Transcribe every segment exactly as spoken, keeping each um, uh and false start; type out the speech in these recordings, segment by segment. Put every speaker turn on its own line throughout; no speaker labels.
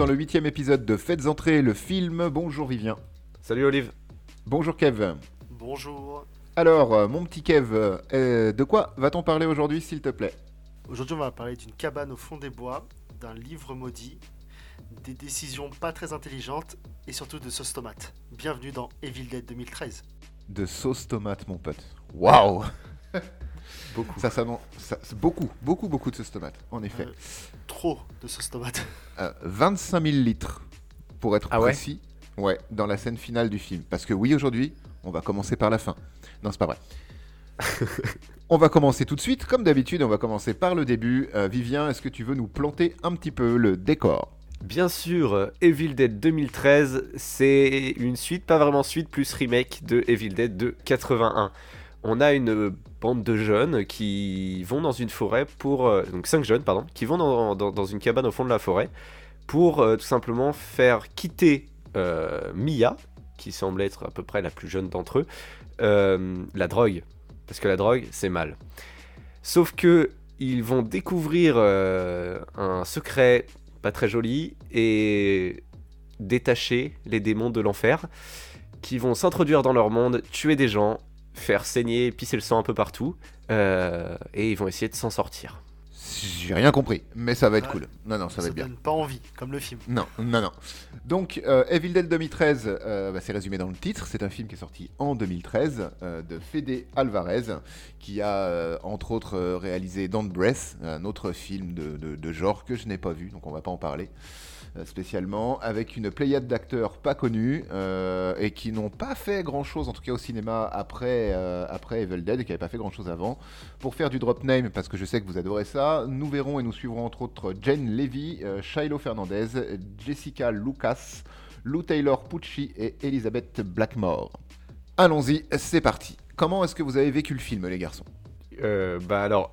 le huitième épisode de Faites entrer le film. Bonjour Vivien.
Salut Olive.
Bonjour Kev.
Bonjour.
Alors, euh, mon petit Kev, euh, de quoi va-t-on parler aujourd'hui, s'il te plaît?
Aujourd'hui, on va parler d'une cabane au fond des bois, d'un livre maudit, des décisions pas très intelligentes et surtout de sauce tomate. Bienvenue dans Evil Dead deux mille treize.
De sauce tomate, mon pote. Waouh.
Beaucoup.
Ça, ça, non, ça, c'est beaucoup, beaucoup, beaucoup de sauce tomate, en effet.
Euh, trop de sauce tomate.
Euh, vingt-cinq mille litres, pour être
Ah ouais
précis, ouais, dans la scène finale du film. Parce que oui, aujourd'hui, on va commencer par la fin. Non, c'est pas vrai. On va commencer tout de suite, comme d'habitude, on va commencer par le début. Euh, Vivien, est-ce que tu veux nous planter un petit peu le décor?
Bien sûr, Evil Dead deux mille treize, c'est une suite, pas vraiment suite, plus remake de Evil Dead de quatre-vingt-un. On a une bande de jeunes qui vont dans une forêt pour... Euh, donc cinq jeunes, pardon, qui vont dans, dans, dans une cabane au fond de la forêt pour euh, tout simplement faire quitter euh, Mia, qui semble être à peu près la plus jeune d'entre eux, euh, la drogue. Parce que la drogue, c'est mal. Sauf que ils vont découvrir euh, un secret pas très joli et détacher les démons de l'enfer qui vont s'introduire dans leur monde, tuer des gens, faire saigner, pisser le sang un peu partout euh, et ils vont essayer de s'en sortir.
J'ai rien compris, mais ça va être
Ouais.
cool. Non, non, ça,
Ça,
va être bien.
donne pas envie, comme le film.
Non, non, non. Donc, euh, Evil Dead deux mille treize, euh, bah, c'est résumé dans le titre. C'est un film qui est sorti en deux mille treize euh, de Fede Alvarez, qui a euh, entre autres euh, réalisé Don't Breath, un autre film de, de, de genre que je n'ai pas vu, donc on va pas en parler euh, spécialement, avec une pléiade d'acteurs pas connus euh, et qui n'ont pas fait grand-chose, en tout cas au cinéma, après, euh, après Evil Dead, et qui n'avaient pas fait grand-chose avant. Pour faire du drop name, parce que je sais que vous adorez ça, nous verrons et nous suivrons entre autres Jane Levy, euh, Shiloh Fernandez, Jessica Lucas, Lou Taylor Pucci et Elizabeth Blackmore. Allons-y, c'est parti. Comment est-ce que vous avez vécu le film, les garçons?
Euh, bah alors,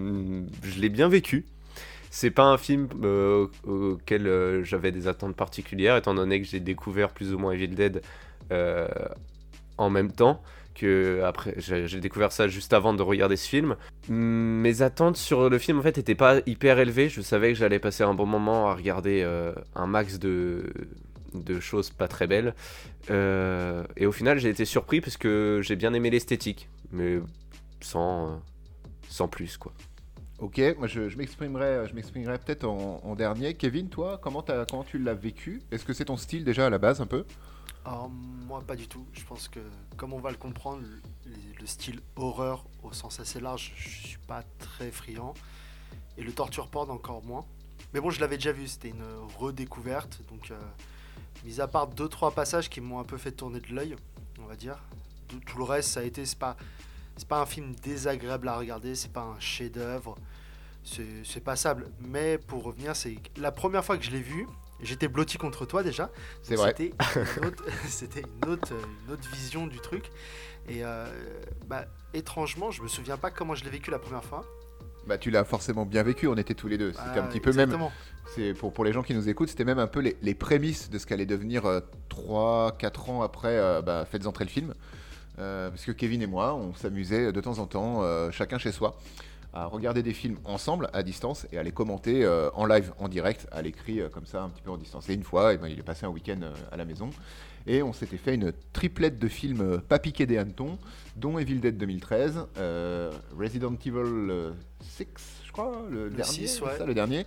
je l'ai bien vécu. C'est pas un film euh, auquel euh, j'avais des attentes particulières, étant donné que j'ai découvert plus ou moins Evil Dead euh, en même temps. Que après, j'ai, j'ai découvert ça juste avant de regarder ce film. Mes attentes sur le film en fait étaient pas hyper élevées. Je savais que j'allais passer un bon moment à regarder euh, un max de, de choses pas très belles. Euh, et au final, j'ai été surpris parce que j'ai bien aimé l'esthétique, mais sans, euh, sans plus quoi.
Ok, moi je, je m'exprimerai, je m'exprimerai peut-être en, en dernier. Kevin, toi, comment, t'as- comment tu l'as vécu? Est-ce que c'est ton style déjà à la base un peu?
Alors, moi, pas du tout. Je pense que, comme on va le comprendre, le, le style horreur, au sens assez large, je suis pas très friand. Et le torture porn, encore moins. Mais bon, je l'avais déjà vu, c'était une redécouverte. Donc, euh, mis à part deux trois passages qui m'ont un peu fait tourner de l'œil, on va dire. Tout, tout le reste, ça a été. C'est pas, c'est pas un film désagréable à regarder, c'est pas un chef-d'œuvre. C'est, c'est passable. Mais pour revenir, c'est la première fois que je l'ai vu, j'étais blotti contre toi déjà.
C'est
Donc
vrai.
C'était une autre, c'était une autre, une autre vision du truc. Et euh, bah, étrangement, je me souviens pas comment je l'ai vécu la première fois.
Bah tu l'as forcément bien vécu, on était tous les deux. C'était
Ah,
un petit peu même,
exactement.
c'est pour, pour les gens qui nous écoutent, c'était même un peu les, les prémices de ce qu'allait devenir euh, trois quatre ans après euh, bah, Faites entrer le film. Euh, parce que Kevin et moi, on s'amusait de temps en temps, euh, chacun chez soi, à regarder des films ensemble, à distance, et à les commenter euh, en live, en direct, à l'écrit, euh, comme ça, un petit peu en distance. Et une fois, eh ben, il est passé un week-end euh, à la maison, et on s'était fait une triplette de films euh, pas piqués des hannetons, dont Evil Dead deux mille treize, euh, Resident Evil euh, six, je crois, le,
Le
dernier,
six,
c'est
ouais.
ça, le dernier,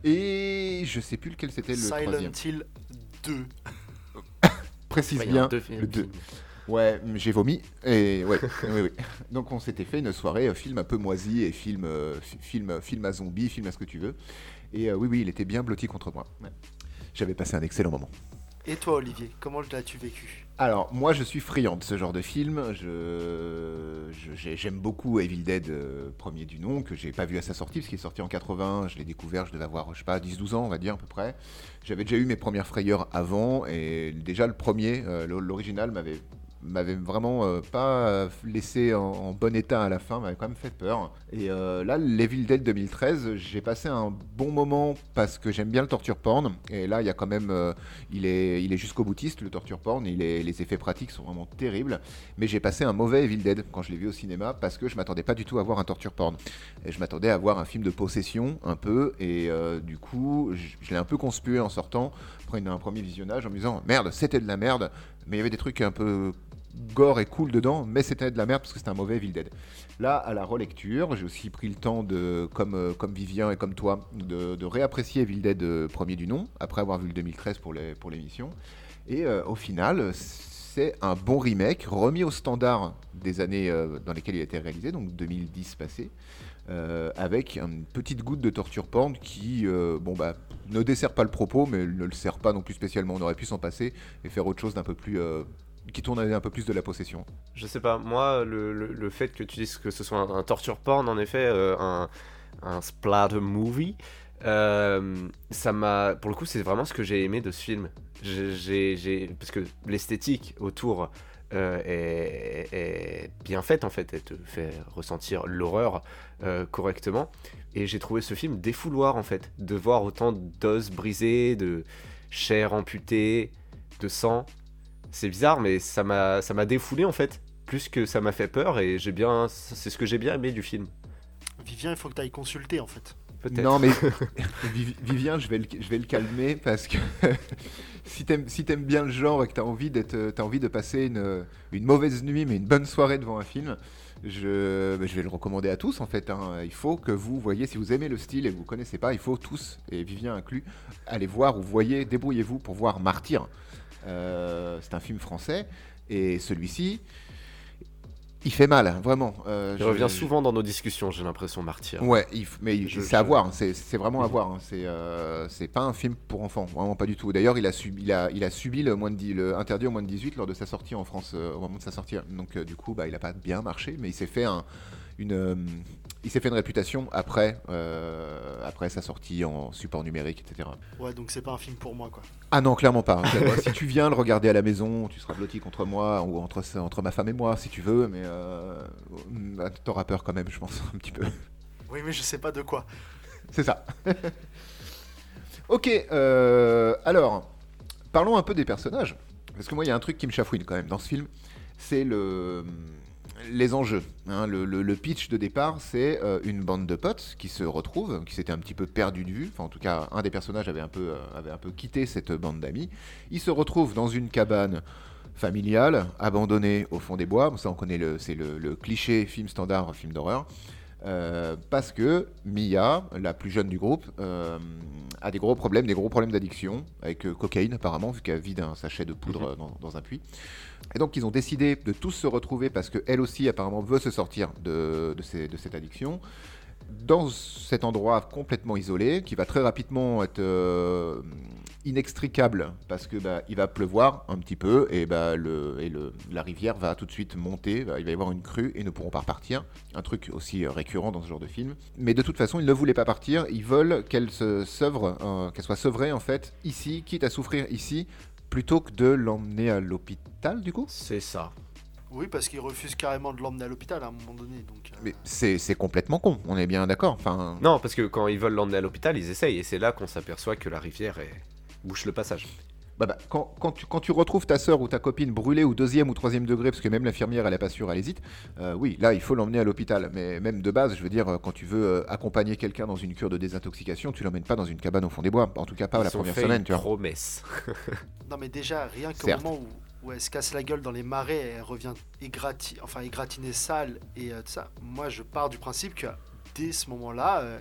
et je sais plus lequel c'était le
Silent
troisième.
Hill deux.
Précise
Enfin, il y a
bien,
un deux films
le deux.
qui-
Ouais, j'ai vomi. Et ouais, oui, oui. Donc on s'était fait une soirée euh, film un peu moisi et film, euh, fi- film, film à zombies, film à ce que tu veux. Et euh, oui, oui, il était bien blotti contre moi. Ouais. J'avais passé un excellent moment.
Et toi, Olivier, comment l'as-tu vécu?
Alors, moi, je suis friand de ce genre de film. Je, je- j'ai- j'aime beaucoup Evil Dead, euh, premier du nom, que j'ai pas vu à sa sortie, parce qu'il est sorti en quatre-vingts. Je l'ai découvert, je devais avoir, je sais pas, dix douze ans, on va dire, à peu près. J'avais déjà eu mes premières frayeurs avant, et déjà le premier, euh, l'original, m'avait m'avait vraiment euh, pas laissé en, en bon état à la fin, m'avait quand même fait peur. Et euh, là, l'Evil Dead deux mille treize, j'ai passé un bon moment parce que j'aime bien le torture porn. Et là, il y a quand même, euh, il est, il est jusqu'au boutiste le torture porn. Il est, les effets pratiques sont vraiment terribles. Mais j'ai passé un mauvais Evil Dead quand je l'ai vu au cinéma parce que je m'attendais pas du tout à voir un torture porn. Et je m'attendais à voir un film de possession un peu. Et euh, du coup, je, je l'ai un peu conspué en sortant après un premier visionnage en me disant merde, c'était de la merde. Mais il y avait des trucs un peu gore et cool dedans, mais c'était de la merde parce que c'était un mauvais Evil Dead. Là, à la relecture, j'ai aussi pris le temps de, comme, euh, comme Vivien et comme toi, de, de réapprécier Evil Dead euh, premier du nom, après avoir vu le deux mille treize pour, les, pour l'émission. Et euh, au final, c'est un bon remake, remis au standard des années euh, dans lesquelles il a été réalisé, donc deux mille dix passé, euh, avec une petite goutte de torture porn qui, euh, bon bah, ne dessert pas le propos, mais ne le sert pas non plus spécialement. On aurait pu s'en passer et faire autre chose d'un peu plus... Euh, qui tourne un peu plus de la possession.
Je sais pas, moi, le, le, le fait que tu dises que ce soit un, un torture porn, en effet, euh, un, un splatter movie, euh, ça m'a... Pour le coup, c'est vraiment ce que j'ai aimé de ce film. J'ai, j'ai, j'ai, parce que l'esthétique autour euh, est, est bien faite, en fait. Elle te fait ressentir l'horreur euh, correctement. Et j'ai trouvé ce film défouloir, en fait. De voir autant d'os brisés, de chair amputée, de sang... C'est bizarre, mais ça m'a, ça m'a défoulé en fait, plus que ça m'a fait peur, et j'ai bien, c'est ce que j'ai bien aimé du film.
Vivien, il faut que tu ailles consulter en fait.
Peut-être. Non mais Vivien, je vais le, je vais le calmer parce que si t'aimes, si t'aimes bien le genre et que t'as envie d'être, t'as envie de passer une, une mauvaise nuit mais une bonne soirée devant un film, je, je vais le recommander à tous en fait. Hein. Il faut que vous voyez, si vous aimez le style et que vous connaissez pas, il faut tous, et Vivien inclus, aller voir ou voyez, débrouillez-vous pour voir Martyr. Euh, c'est un film français et celui-ci il fait mal, hein, vraiment.
Euh, il je, revient souvent dans nos discussions, j'ai l'impression, Martyr.
Ouais, il, mais il, je, c'est je... à voir, c'est, c'est vraiment à voir. Hein. C'est, euh, c'est pas un film pour enfants, vraiment pas du tout. D'ailleurs, il a subi, il a, il a subi le, moins de dix, le interdit au moins de dix-huit lors de sa sortie en France, euh, au moment de sa sortie. Donc, euh, du coup, bah, il a pas bien marché, mais il s'est fait un, une, euh, il s'est fait une réputation après, euh, après sa sortie en support numérique, et cetera.
Ouais, donc c'est pas un film pour moi, quoi.
Ah non, clairement pas. Si tu viens le regarder à la maison, tu seras blotti contre moi ou entre, entre ma femme et moi, si tu veux, mais euh, t'auras peur quand même, je pense, un petit peu.
Oui, mais je sais pas de quoi.
C'est ça. Ok, euh, alors, parlons un peu des personnages. Parce que moi, il y a un truc qui me chafouine quand même dans ce film, c'est le... les enjeux. Hein. Le, le, le pitch de départ, c'est euh, une bande de potes qui se retrouvent, qui s'étaient un petit peu perdus de vue. Enfin, en tout cas, un des personnages avait un peu, euh, avait un peu quitté cette bande d'amis. Ils se retrouvent dans une cabane familiale, abandonnée au fond des bois. Ça, on connaît le, c'est le, le cliché film standard, film d'horreur. Euh, parce que Mia, la plus jeune du groupe, euh, a des gros problèmes, des gros problèmes d'addiction, avec euh, cocaïne apparemment, vu qu'elle vide un sachet de poudre dans, dans un puits. Et donc ils ont décidé de tous se retrouver parce qu'elle aussi apparemment veut se sortir de, de, ces, de cette addiction, dans cet endroit complètement isolé, qui va très rapidement être euh, inextricable, parce que bah, il va pleuvoir un petit peu, et, bah, le, et le, la rivière va tout de suite monter, bah, il va y avoir une crue, et ils ne pourront pas repartir. Un truc aussi euh, récurrent dans ce genre de film. Mais de toute façon, ils ne voulaient pas partir, ils veulent qu'elle se seuvre, euh, qu'elle soit sevrée en fait, ici, quitte à souffrir ici, plutôt que de l'emmener à l'hôpital, du coup.
C'est ça.
Oui, parce qu'ils refusent carrément de l'emmener à l'hôpital à un moment donné. Donc, euh...
Mais c'est, c'est complètement con, on est bien d'accord. Enfin...
Non, parce que quand ils veulent l'emmener à l'hôpital, ils essayent, et c'est là qu'on s'aperçoit que la rivière est... bouche le passage.
Bah bah, quand, quand, tu, quand tu retrouves ta sœur ou ta copine brûlée au deuxième ou troisième degré, parce que même l'infirmière elle est pas sûre, elle hésite, euh, oui, là il faut l'emmener à l'hôpital. Mais même de base, je veux dire, quand tu veux euh, accompagner quelqu'un dans une cure de désintoxication, tu l'emmènes pas dans une cabane au fond des bois. En tout cas pas
Ils
la première
fait
semaine,
une
tu vois.
Promesse.
Non mais déjà, rien qu'au
Certes.
moment où, où elle se casse la gueule dans les marais, elle revient égrati... enfin, égratinée sale et euh, tout ça, moi je pars du principe que dès ce moment-là, euh,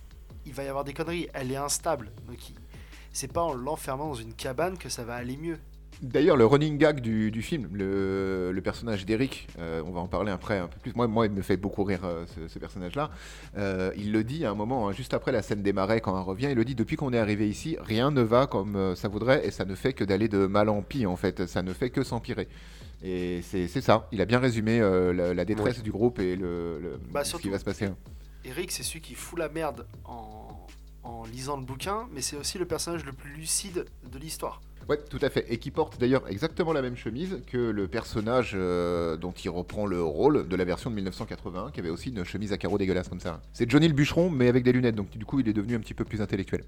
il va y avoir des conneries. Elle est instable, donc il... c'est pas en l'enfermant dans une cabane que ça va aller mieux.
D'ailleurs, le running gag du, du film, le, le personnage d'Eric, euh, on va en parler après un peu plus. Moi, moi il me fait beaucoup rire euh, ce, ce personnage-là. Euh, il le dit à un moment, hein, juste après la scène des marais, quand elle revient, il le dit, depuis qu'on est arrivé ici, rien ne va comme euh, ça voudrait et ça ne fait que d'aller de mal en pis, en fait. Ça ne fait que s'empirer. Et c'est, c'est ça, il a bien résumé euh, la, la détresse oui. du groupe et le, le,
bah,
ce
surtout,
qui va se passer.
Eric, c'est celui qui fout la merde en... en lisant le bouquin, mais c'est aussi le personnage le plus lucide de l'histoire.
Ouais, tout à fait. Et qui porte d'ailleurs exactement la même chemise que le personnage euh, dont il reprend le rôle de la version de mille neuf cent quatre-vingt-un, qui avait aussi une chemise à carreaux dégueulasse comme ça. C'est Johnny le bûcheron, mais avec des lunettes, donc du coup il est devenu un petit peu plus intellectuel.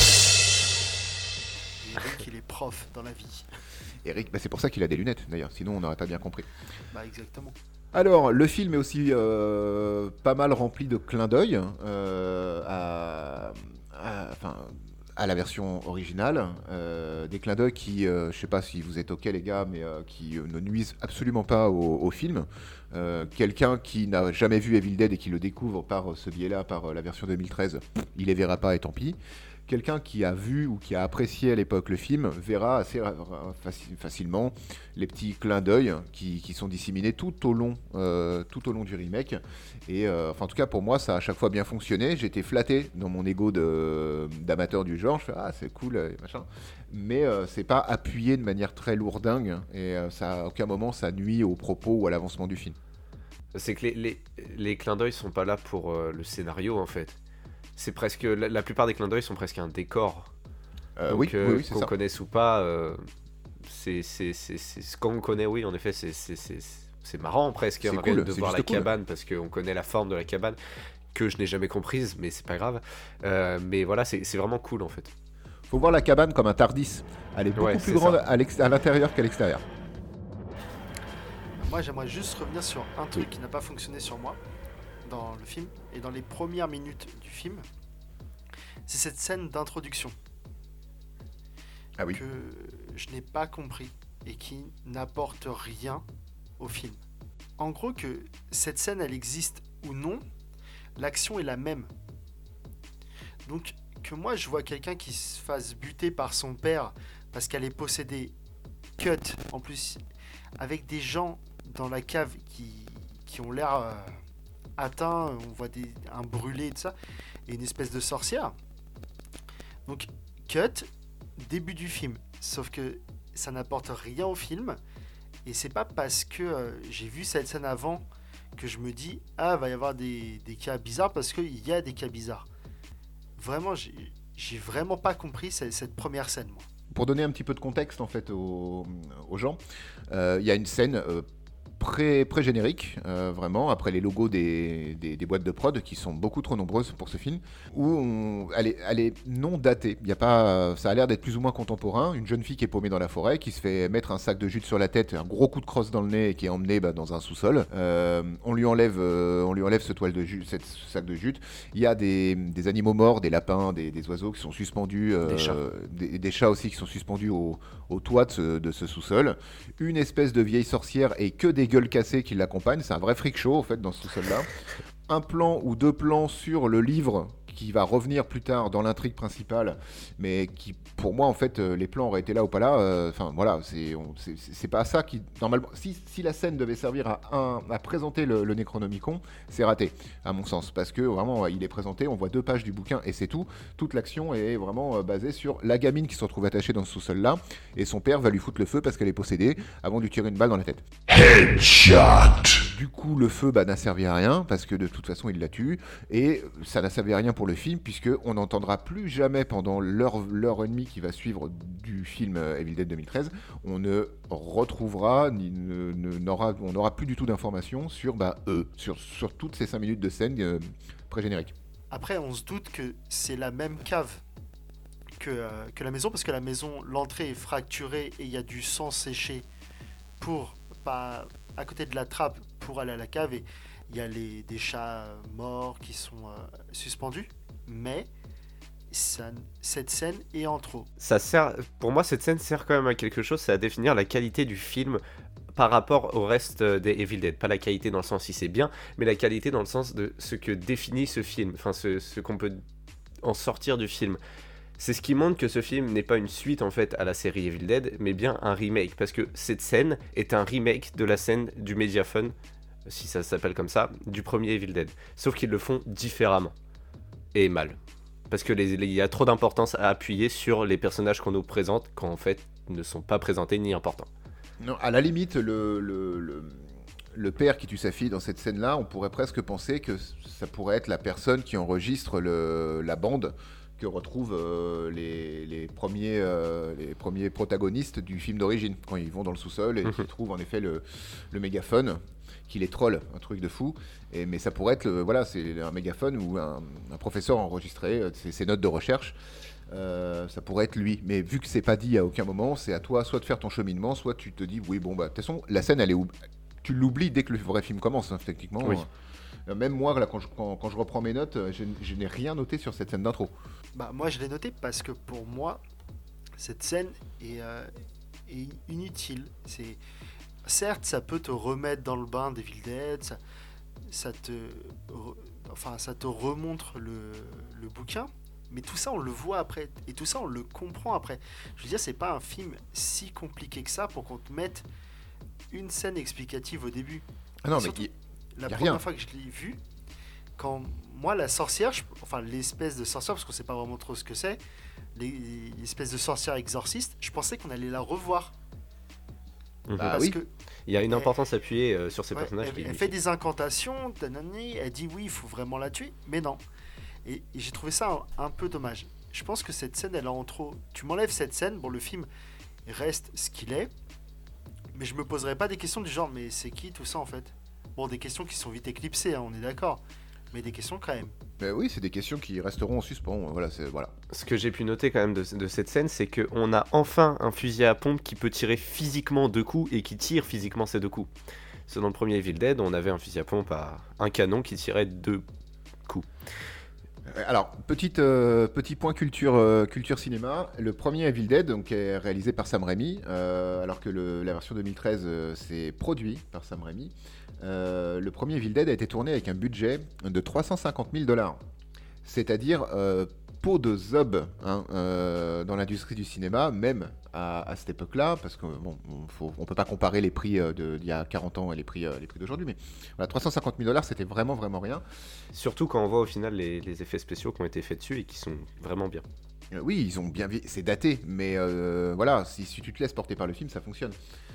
Eric, il est prof dans la vie.
Eric, bah c'est pour ça qu'il a des lunettes d'ailleurs, sinon on n'aurait pas bien compris.
Bah exactement.
Alors, le film est aussi euh, pas mal rempli de clins d'œil euh, à, à, enfin, à la version originale. Euh, des clins d'œil qui, euh, je sais pas si vous êtes ok les gars, mais euh, qui euh, ne nuisent absolument pas au, au film. Euh, quelqu'un qui n'a jamais vu Evil Dead et qui le découvre par ce biais-là, par euh, la version deux mille treize, il les verra pas et tant pis. Quelqu'un qui a vu ou qui a apprécié à l'époque le film verra assez ra- ra- faci- facilement les petits clins d'œil qui, qui sont disséminés tout au long, euh, tout au long du remake. Et euh, enfin, en tout cas, pour moi, ça a à chaque fois bien fonctionné. J'étais flatté dans mon ego de, d'amateur du genre. Je fais ah, c'est cool, et machin. Mais euh, c'est pas appuyé de manière très lourdingue. Et euh, ça, à aucun moment, ça nuit au propos ou à l'avancement du film.
C'est que les, les, les clins d'œil sont pas là pour euh, le scénario en fait. C'est presque la, la plupart des clins d'œil sont presque un décor.
Euh,
Donc,
oui,
euh,
oui, oui, c'est
qu'on
ça.
connaisse ou pas, euh, c'est, c'est, c'est, c'est, quand on connaît, oui, en effet, c'est, c'est, c'est, c'est marrant presque
C'est
hein,
cool,
de
c'est
voir la
juste cool.
cabane parce qu'on connaît la forme de la cabane que je n'ai jamais comprise, mais c'est pas grave. Euh, mais voilà, c'est, c'est vraiment cool en fait.
Faut voir la cabane comme un Tardis. Elle est beaucoup
Ouais,
plus
c'est
grande
ça.
à, l'ex- à l'intérieur qu'à l'extérieur.
Moi, j'aimerais juste revenir sur un truc qui n'a pas fonctionné sur moi dans le film et dans les premières minutes du film. C'est cette scène d'introduction
Ah oui.
que je n'ai pas compris et qui n'apporte rien au film. En gros, que cette scène elle existe ou non, l'action est la même. Donc que moi je vois quelqu'un qui se fasse buter par son père parce qu'elle est possédée, cut en plus, avec des gens dans la cave qui, qui ont l'air euh, atteints, on voit des, un brûlé et tout ça, et une espèce de sorcière. Donc cut, début du film, sauf que ça n'apporte rien au film. Et c'est pas parce que euh, j'ai vu cette scène avant que je me dis ah va y avoir des, des cas bizarres, parce qu'il y a des cas bizarres. Vraiment, j'ai, j'ai vraiment pas compris cette, cette première scène, moi.
Pour donner un petit peu de contexte en fait aux, aux gens, euh, il y a une scène euh, pré, pré-générique, euh, vraiment, après les logos des, des, des boîtes de prod, qui sont beaucoup trop nombreuses pour ce film, où on, elle, est, elle est non datée. Il y a pas, ça a l'air d'être plus ou moins contemporain. Une jeune fille qui est paumée dans la forêt, qui se fait mettre un sac de jute sur la tête, un gros coup de crosse dans le nez, et qui est emmenée bah, dans un sous-sol. Euh, on, lui enlève, euh, on lui enlève ce, toile de jute, cette- ce sac de jute. Il y a des, des animaux morts, des lapins, des, des oiseaux qui sont suspendus, euh,
Des chats.
des, des chats aussi qui sont suspendus au, au toit de ce, de ce sous-sol. Une espèce de vieille sorcière et que des gueules cassées qui l'accompagnent. C'est un vrai freak show en fait dans ce sous-sol-là. Un plan ou deux plans sur le livre qui va revenir plus tard dans l'intrigue principale, mais qui, pour moi, en fait, euh, les plans auraient été là ou pas là. euh, Enfin, voilà, c'est, on- c'est, c'est c'est pas ça qui, normalement, si, si la scène devait servir à, un, à présenter le, le Necronomicon, c'est raté, à mon sens, parce que vraiment, il est présenté, on voit deux pages du bouquin et c'est tout. Toute l'action est vraiment euh, basée sur la gamine qui se retrouve attachée dans ce sous-sol-là, et son père va lui foutre le feu parce qu'elle est possédée, avant de lui tirer une balle dans la tête. Du coup, le feu bah, n'a servi à rien, parce que de toute façon, il la tue, et ça n'a servi à rien pour le film, puisqu'on n'entendra plus jamais pendant l'heure, l'heure et demie qui va suivre du film euh, Evil Dead deux mille treize, on ne retrouvera, ni ne, ne- n'aura, on n'aura plus du tout d'informations sur bah, eux, sur, sur toutes ces cinq minutes de scène euh, pré-générique.
Après, on se doute que c'est la même cave que, euh, que la maison, parce que la maison, l'entrée est fracturée et il y a du sang séché pour pas à côté de la trappe pour aller à la cave, et il y a les, des chats morts qui sont euh, suspendus, mais ça, cette scène est en trop.
Ça sert, pour moi, cette scène sert quand même à quelque chose, c'est à définir la qualité du film par rapport au reste des Evil Dead. Pas la qualité dans le sens si c'est bien, mais la qualité dans le sens de ce que définit ce film, enfin ce, ce qu'on peut en sortir du film. C'est ce qui montre que ce film n'est pas une suite en fait à la série Evil Dead, mais bien un remake, parce que cette scène est un remake de la scène du Mediaphone, si ça s'appelle comme ça, du premier Evil Dead. Sauf qu'ils le font différemment, et mal. Parce que les, les- il y a trop d'importance à appuyer sur les personnages qu'on nous présente, quand en fait ne sont pas présentés ni importants.
Non, à la limite, le, le, le, le père qui tue sa fille dans cette scène-là, on pourrait presque penser que ça pourrait être la personne qui enregistre le, la bande que retrouvent euh, les, les, premiers, euh, les premiers protagonistes du film d'origine, quand ils vont dans le sous-sol et qu'ils trouvent en effet le, le mégaphone, qui les troll, un truc de fou. Et, mais ça pourrait être, le, voilà, c'est un mégaphone ou un, un professeur enregistré euh, ses, ses notes de recherche. Euh, ça pourrait être lui, mais vu que c'est pas dit à aucun moment, c'est à toi soit de faire ton cheminement, soit tu te dis oui bon bah de toute façon la scène elle est où tu l'oublies dès que le vrai film commence hein, techniquement.
Oui.
Euh, même moi là quand je, quand, quand je reprends mes notes, je, je n'ai rien noté sur cette scène d'intro.
Bah moi je l'ai noté parce que pour moi cette scène est, euh, est inutile. C'est certes ça peut te remettre dans le bain d'Evil Dead, ça, ça te re... enfin ça te remontre le, le bouquin. Mais tout ça, on le voit après. Et tout ça, on le comprend après. Je veux dire, c'est pas un film si compliqué que ça pour qu'on te mette une scène explicative au début.
Ah non,
et surtout,
mais y,
la
y a
première
rien.
fois que je l'ai vu, quand moi, la sorcière, je, enfin l'espèce de sorcière, parce qu'on sait pas vraiment trop ce que c'est, les- l'espèce de sorcière exorciste, je pensais qu'on allait la revoir.
Mhm.
Bah
parce
oui.
que
Il y a une
elle-
importance appuyée euh, sur ces
ouais,
personnages.
elle,
qui
elle
lui-
fait des incantations, tanani, elle dit oui, il faut vraiment la tuer, mais non. Et, et j'ai trouvé ça un, un peu dommage. Je pense que cette scène, elle est en trop. Tu m'enlèves cette scène, bon, le film reste ce qu'il est, mais je me poserai pas des questions du genre, mais c'est qui tout ça en fait? Bon, des questions qui sont vite éclipsées, hein, on est d'accord, mais des questions quand même.
Mais oui, c'est des questions qui resteront en suspens. Voilà, c'est voilà.
Ce que j'ai pu noter quand même de, de cette scène, c'est qu'on a enfin un fusil à pompe qui peut tirer physiquement deux coups et qui tire physiquement ces deux coups. Parce que dans le premier Evil Dead, on avait un fusil à pompe à un canon qui tirait deux coups.
Alors, petite, euh, petit point culture, euh, culture cinéma. Le premier Evil Dead, donc, est réalisé par Sam Raimi, euh, alors que le- la version deux mille treize, euh, c'est produit par Sam Raimi. Euh, le premier Evil Dead a été tourné avec un budget de trois cent cinquante mille dollars. C'est-à-dire euh, peau de zob hein, euh, dans l'industrie du cinéma, même à, à cette époque-là, parce qu'on bon, ne peut pas comparer les prix euh, de- d'il y a quarante ans et les prix, euh, les prix d'aujourd'hui, mais voilà, trois cent cinquante mille dollars, c'était vraiment, vraiment rien.
Surtout quand on voit au final les, les effets spéciaux qui ont été faits dessus et qui sont vraiment bien.
Euh, Oui, ils ont bien vie- c'est daté, mais euh, voilà, si, si tu te laisses porter par le film, ça fonctionne.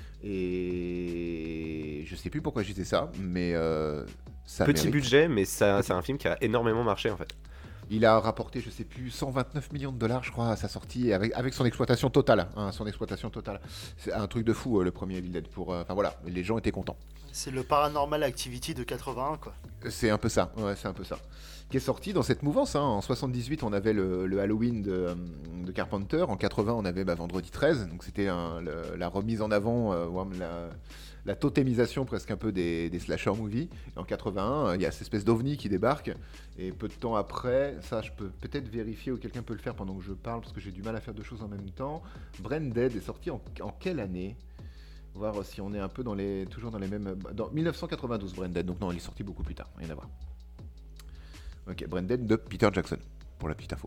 Et je sais plus pourquoi je disais ça, mais euh, ça
Petit
mérite.
budget, mais ça, c'est un film qui a énormément marché en fait.
Il a rapporté, je sais plus, cent vingt-neuf millions de dollars, je crois, à sa sortie, avec, avec son exploitation totale. hein, son exploitation totale. C'est un truc de fou, euh, le premier Evil Dead. Pour, euh, enfin voilà, les gens étaient contents.
C'est le Paranormal Activity de quatre-vingt-un, quoi.
C'est un peu ça, ouais, c'est un peu ça. Qui est sorti dans cette mouvance. hein. En soixante-dix-huit, on avait le, le Halloween de, euh, de Carpenter. En quatre-vingts, on avait bah, Vendredi treize. Donc c'était un- le- la remise en avant, euh, voire la, la totémisation presque un peu des, des slasher movies. Et en quatre-vingt-un, euh, il y a cette espèce d'ovni qui débarque. Et peu de temps après, ça je peux peut-être vérifier ou quelqu'un peut le faire pendant que je parle parce que j'ai du mal à faire deux choses en même temps. Branded est sorti en, en quelle année? Voir si on est un peu dans les, toujours dans les mêmes. Dans dix-neuf cent quatre-vingt-douze, Branded. Donc non, il est sorti beaucoup plus tard. Rien à voir. Ok, Branded de Peter Jackson, pour la petite info.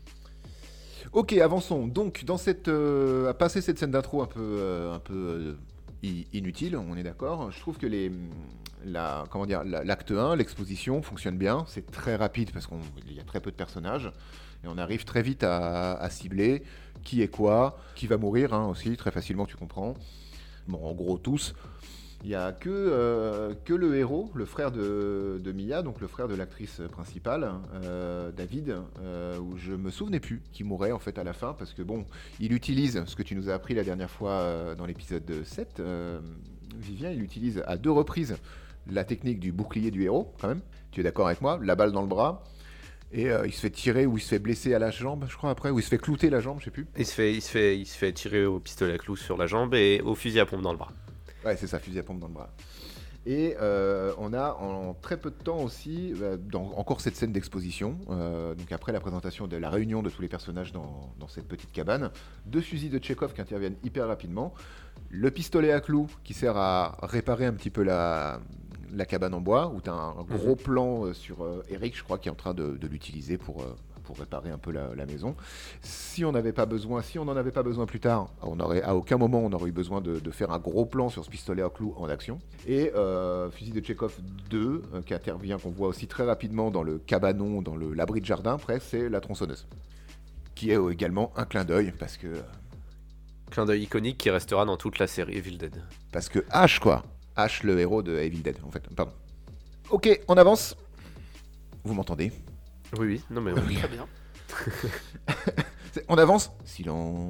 Ok, avançons. Donc, dans cette, euh, à passer cette scène d'intro un peu, euh, un peu euh, i- inutile, on est d'accord. Je trouve que les, la, comment dire, la- l'acte un, l'exposition, fonctionne bien. C'est très rapide parce qu'il y a très peu de personnages. Et on arrive très vite à, à cibler qui est quoi, qui va mourir hein, aussi, très facilement, tu comprends. Bon, en gros, tous. Il n'y a que, euh, que le héros, le frère de, de Mia, donc le frère de l'actrice principale, euh, David, euh, où je me souvenais plus qui mourrait en fait à la fin, parce que bon, il utilise ce que tu nous as appris la dernière fois euh, dans l'épisode sept, euh, Vivien, il utilise à deux reprises la technique du bouclier du héros, quand même, tu es d'accord avec moi, la balle dans le bras, et euh, il se fait tirer ou il se fait blesser à la jambe, je crois après, ou il se fait clouter la jambe, je sais plus.
Il se fait, il se fait, il se fait tirer au pistolet à clous sur la jambe et au fusil à pompe dans le bras.
Ouais, c'est ça, fusil à pompe dans le bras. Et euh, on a en très peu de temps aussi, euh, dans encore cette scène d'exposition, euh, donc après la présentation de la réunion de tous les personnages dans, dans cette petite cabane, deux fusils de Tchekhov qui interviennent hyper rapidement, le pistolet à clous qui sert à réparer un petit peu la, la cabane en bois, où tu as un gros plan euh, sur euh, Eric, je crois, qui est en train de, de l'utiliser pour... Euh, pour réparer un peu la, la maison. Si on n'avait pas besoin, si on n'en avait pas besoin plus tard, on aurait, à aucun moment on aurait eu besoin de, de faire un gros plan sur ce pistolet à clous en action. Et euh, fusil de Tchekhov deux, euh, qui intervient, qu'on voit aussi très rapidement dans le cabanon, dans le, l'abri de jardin, presque, c'est la tronçonneuse. Qui est euh, également un clin d'œil, parce que...
Clin d'œil iconique qui restera dans toute la série Evil Dead.
Parce que Ash, quoi. Ash, le héros de Evil Dead, en fait. Pardon. Ok, on avance. Vous m'entendez?
Oui, oui, non mais oui.
Très bien.
C'est- On avance. Silence.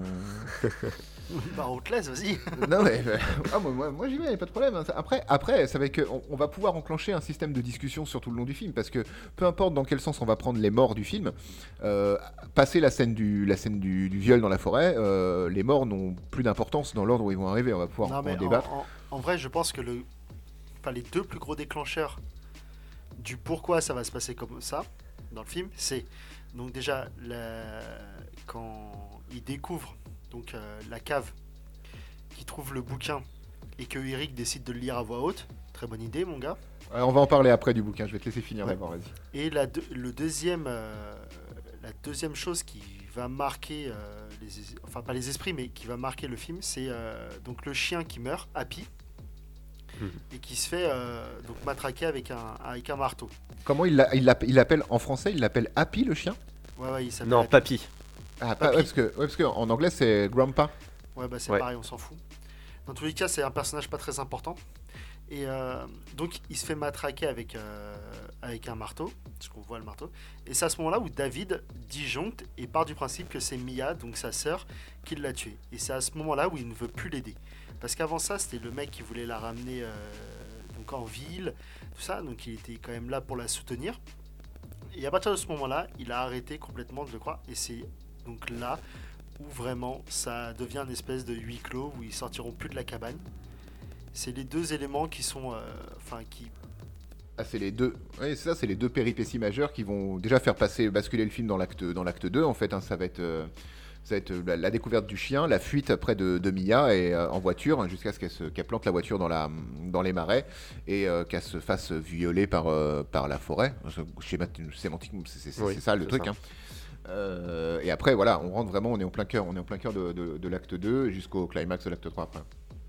Bah, on te laisse, vas-y.
Non mais euh, ah, moi, moi, moi, j'y vais, pas de problème. hein. Ça- Après, après, ça va que on, on va pouvoir enclencher un système de discussion sur tout le long du film parce que peu importe dans quel sens on va prendre les morts du film, euh, passer la scène du la scène du, du viol dans la forêt, euh, les morts n'ont plus d'importance dans l'ordre où ils vont arriver. On va pouvoir
Non,
en
mais en,
débattre.
en- en vrai, je pense que le, enfin, les deux plus gros déclencheurs du pourquoi ça va se passer comme ça dans le film, c'est donc déjà la- quand il découvre donc euh, la cave, qu'il trouve le bouquin et que Eric décide de le lire à voix haute. Très bonne idée, mon gars.
Ouais, on va en parler après du bouquin. Je vais te laisser finir
Ouais.
d'abord. Vas-y.
Et la, deux- le deuxième, euh, la deuxième chose qui va marquer, euh, les, es- enfin pas les esprits, mais qui va marquer le film, c'est euh, donc le chien qui meurt, Happy,
Mhm.
et qui se fait euh, donc matraquer avec un, avec un marteau.
Comment il l'a- il l'appelle, il l'appelle en français? Il l'appelle Happy le chien?
Ouais, ouais, il s'appelle
Non,
Happy.
papy.
Ah, pas,
Papy.
ouais, parce que ouais, parce que en anglais c'est Grandpa.
Ouais, bah c'est
Ouais.
pareil, on s'en fout. Dans tous les cas, c'est un personnage pas très important. Et euh, donc, il se fait matraquer avec, euh, avec un marteau, parce qu'on voit le marteau. Et c'est à ce moment-là où David disjoncte et part du principe que c'est Mia, donc sa sœur, qui l'a tué. Et c'est à ce moment-là où il ne veut plus l'aider. Parce qu'avant ça, c'était le mec qui voulait la ramener euh, donc en ville, tout ça. Donc, il était quand même là pour la soutenir. Et à partir de ce moment-là, il a arrêté complètement de le croire. Et c'est donc là où vraiment ça devient une espèce de huis clos où ils sortiront plus de la cabane. C'est les deux éléments qui sont, euh, enfin qui,
Ah, c'est les deux. Oui, c'est ça, c'est les deux péripéties majeures qui vont déjà faire passer, basculer le film dans l'acte, dans l'acte deux en fait. hein. Ça va être, euh, ça va être euh, la, la découverte du chien, la fuite après de, de Mia et euh, en voiture hein, jusqu'à ce qu'elle, se, qu'elle plante la voiture dans la, dans les marais et euh, qu'elle se fasse violer par, euh, par la forêt. Schéma sémantique, c'est, c'est,
Oui,
c'est ça le
c'est
truc.
ça.
hein. Euh, et après, voilà, on rentre vraiment, on est en plein cœur, on est en plein cœur de, de, de l'acte deux jusqu'au climax de l'acte trois après.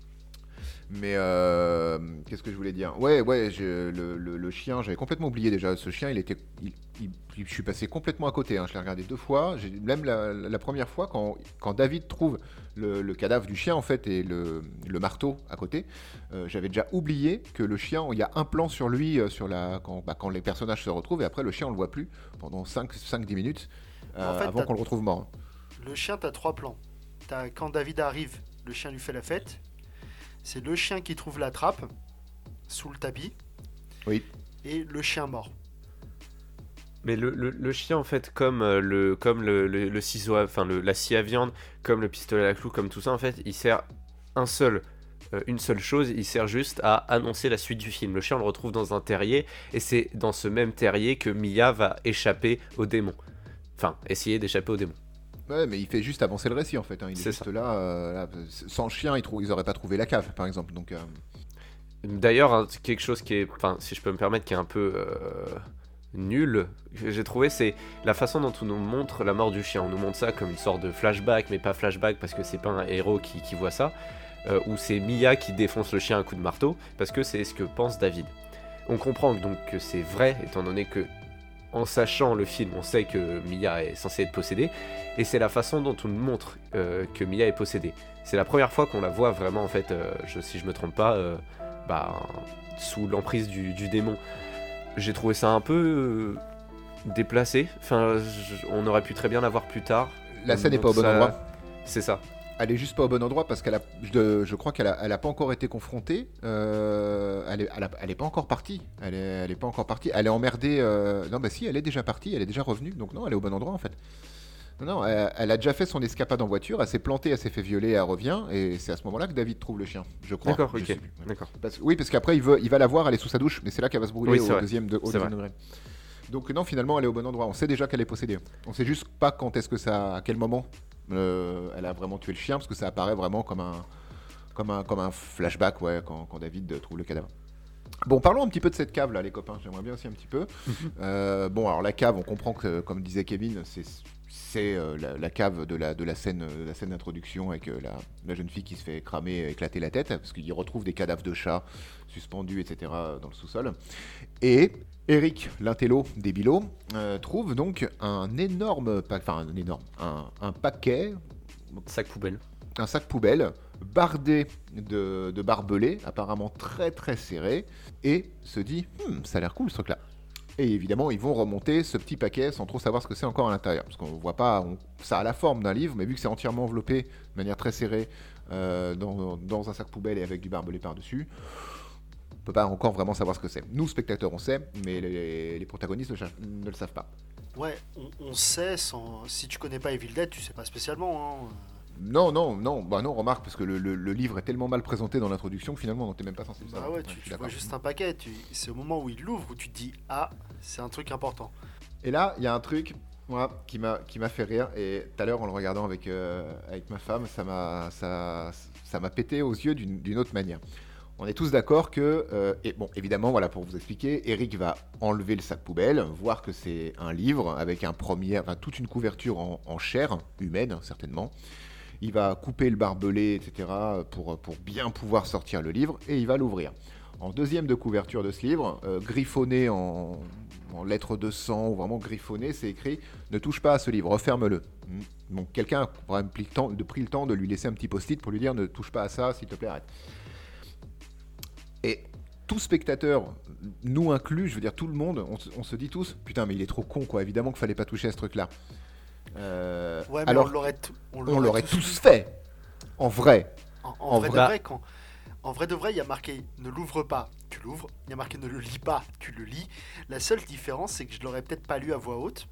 Mais euh, qu'est-ce que je voulais dire? Ouais, ouais, je- le, le- le chien, j'avais complètement oublié déjà. Ce chien, il était, il- il- il- je suis passé complètement à côté. hein. Je l'ai regardé deux fois. J'ai, même la, la première fois, quand, quand David trouve le, le cadavre du chien en fait et le, le marteau à côté, euh, j'avais déjà oublié que le chien, il y a un plan sur lui euh, sur la, quand, bah, quand les personnages se retrouvent et après le chien, on le voit plus pendant cinq dix minutes euh,
En fait,
avant
t'as-
qu'on le retrouve mort.
le chien, t'as trois plans. T'as quand David arrive, le chien lui fait la fête. C'est le chien qui trouve la trappe sous le tapis.
Oui.
Et le chien mort.
Mais le, le, le chien, en fait, comme euh, le, comme le, le, le ciseau, à- enfin le, la scie à viande, comme le pistolet à la clou, comme tout ça, en fait, il sert un seul, euh, une seule chose, il sert juste à annoncer la suite du film. Le chien, on le retrouve dans un terrier, et c'est dans ce même terrier que Mia va échapper au démon. Enfin, essayer d'échapper au démon.
Ouais, mais il fait juste avancer le récit en fait. hein. Il est,
C'est
juste
ça.
là, euh, là, Sans le chien, ils, trou- ils auraient pas trouvé la cave, par exemple. Donc, euh,
D'ailleurs, hein, quelque chose qui est, enfin, si je peux me permettre, qui est un peu euh, nul, que j'ai trouvé, c'est la façon dont on nous montre la mort du chien. On nous montre ça comme une sorte de flashback, mais pas flashback parce que c'est pas un héros qui, qui voit ça, euh, où c'est Mia qui défonce le chien à coup de marteau, parce que c'est ce que pense David. On comprend donc que c'est vrai, étant donné que, en sachant le film, on sait que Mia est censée être possédée, et c'est la façon dont on nous montre euh, que Mia est possédée. C'est la première fois qu'on la voit vraiment, en fait, euh, je, si je me trompe pas, euh, bah, sous l'emprise du, du démon. J'ai trouvé ça un peu euh, déplacé. Enfin, je- on aurait pu très bien la voir plus tard.
la
On
scène n'est
nous
pas au bon
montre ça-
endroit.
C'est ça.
Elle est juste pas au bon endroit parce qu'elle a, je, je crois qu'elle a, elle a pas encore été confrontée. euh, elle, est, elle, a- elle est pas encore partie. Elle est, elle est pas encore partie. Elle est emmerdée. euh, Non, bah si, elle est déjà partie. Elle est déjà revenue. Donc non, elle est au bon endroit en fait. Non, non, elle, elle a déjà fait son escapade en voiture. Elle s'est plantée, elle s'est fait violer, elle revient. Et c'est à ce moment-là que David trouve le chien, je crois.
D'accord,
Je
ok.
sais plus. Ouais.
D'accord.
Parce- oui, parce qu'après il veut, il va la voir. Elle est sous sa douche, mais c'est là qu'elle va se brûler
Oui, c'est
au
vrai.
deuxième, de, au
C'est
deuxième
vrai.
degré. Donc non, finalement, elle est au bon endroit. On sait déjà qu'elle est possédée. On sait juste pas quand est-ce que ça, à quel moment euh, elle a vraiment tué le chien, parce que ça apparaît vraiment comme un, comme un, comme un flashback, ouais, quand, quand David euh, trouve le cadavre. Bon, parlons un petit peu de cette cave là, les copains. J'aimerais bien aussi un petit peu. Euh, bon, alors la cave, on comprend que, comme disait Kevin, c'est c'est euh, la, la cave de la, de la scène, euh, la scène d'introduction avec euh, la, la jeune fille qui se fait cramer, éclater la tête, parce qu'il retrouve des cadavres de chats suspendus, et cetera, dans le sous-sol. Et Eric, l'intello débilo, euh, trouve donc un énorme, pa- enfin un énorme, un, un paquet,
Sac poubelle.
un sac poubelle bardé de, de barbelés, apparemment très très serré, et se dit, Hmm, ça a l'air cool ce truc-là. Et évidemment, ils vont remonter ce petit paquet sans trop savoir ce que c'est encore à l'intérieur. Parce qu'on voit pas, on- ça a la forme d'un livre, mais vu que c'est entièrement enveloppé de manière très serrée euh, dans, dans un sac poubelle et avec du barbelé par-dessus, on peut pas encore vraiment savoir ce que c'est. Nous, spectateurs, on sait, mais les, les protagonistes ne, cha- ne le savent pas.
Ouais, on, on sait, sans... si tu connais pas Evil Dead, tu sais pas spécialement. Hein.
Non, non, non, bah non, remarque, parce que le, le- le livre est tellement mal présenté dans l'introduction que finalement, on n'était même pas censé le
Bah
savoir.
ouais,
Ouais,
tu,
je suis
tu
d'accord.
vois juste un paquet, tu... c'est au moment où il l'ouvre où tu te dis ah, c'est un truc important.
Et là, il y a un truc moi, qui m'a qui m'a fait rire. Et tout à l'heure, en le regardant avec, euh, avec ma femme, ça m'a ça, ça m'a pété aux yeux d'une d'une autre manière. On est tous d'accord que, euh, et bon, évidemment, voilà, pour vous expliquer, Eric va enlever le sac poubelle, voir que c'est un livre avec un premier, enfin, toute une couverture en, en chair humaine, certainement. Il va couper le barbelé, et cetera, pour, pour bien pouvoir sortir le livre, et il va l'ouvrir. En deuxième de couverture de ce livre, euh, griffonné en, en lettres de sang, ou vraiment griffonné, c'est écrit « Ne touche pas à ce livre, referme-le ». Hmm. Donc quelqu'un a quand même pris le, temps, de, pris le temps de lui laisser un petit post-it pour lui dire « Ne touche pas à ça, s'il te plaît, arrête ». Et tout spectateur, nous inclus, je veux dire tout le monde, on, se- on se dit tous « Putain, mais il est trop con, quoi, évidemment qu'il fallait pas toucher à ce truc-là euh, ».
Ouais, mais
Alors,
on l'aurait, t-
on l'aurait
tous
tous fait, en vrai.
En, en
En
vrai,
vrai.
de vrai, quand, en vrai de vrai, il y a marqué ne l'ouvre pas, tu l'ouvres. Il y a marqué ne le lis pas, tu le lis. La seule différence, c'est que je l'aurais peut-être pas lu à voix haute,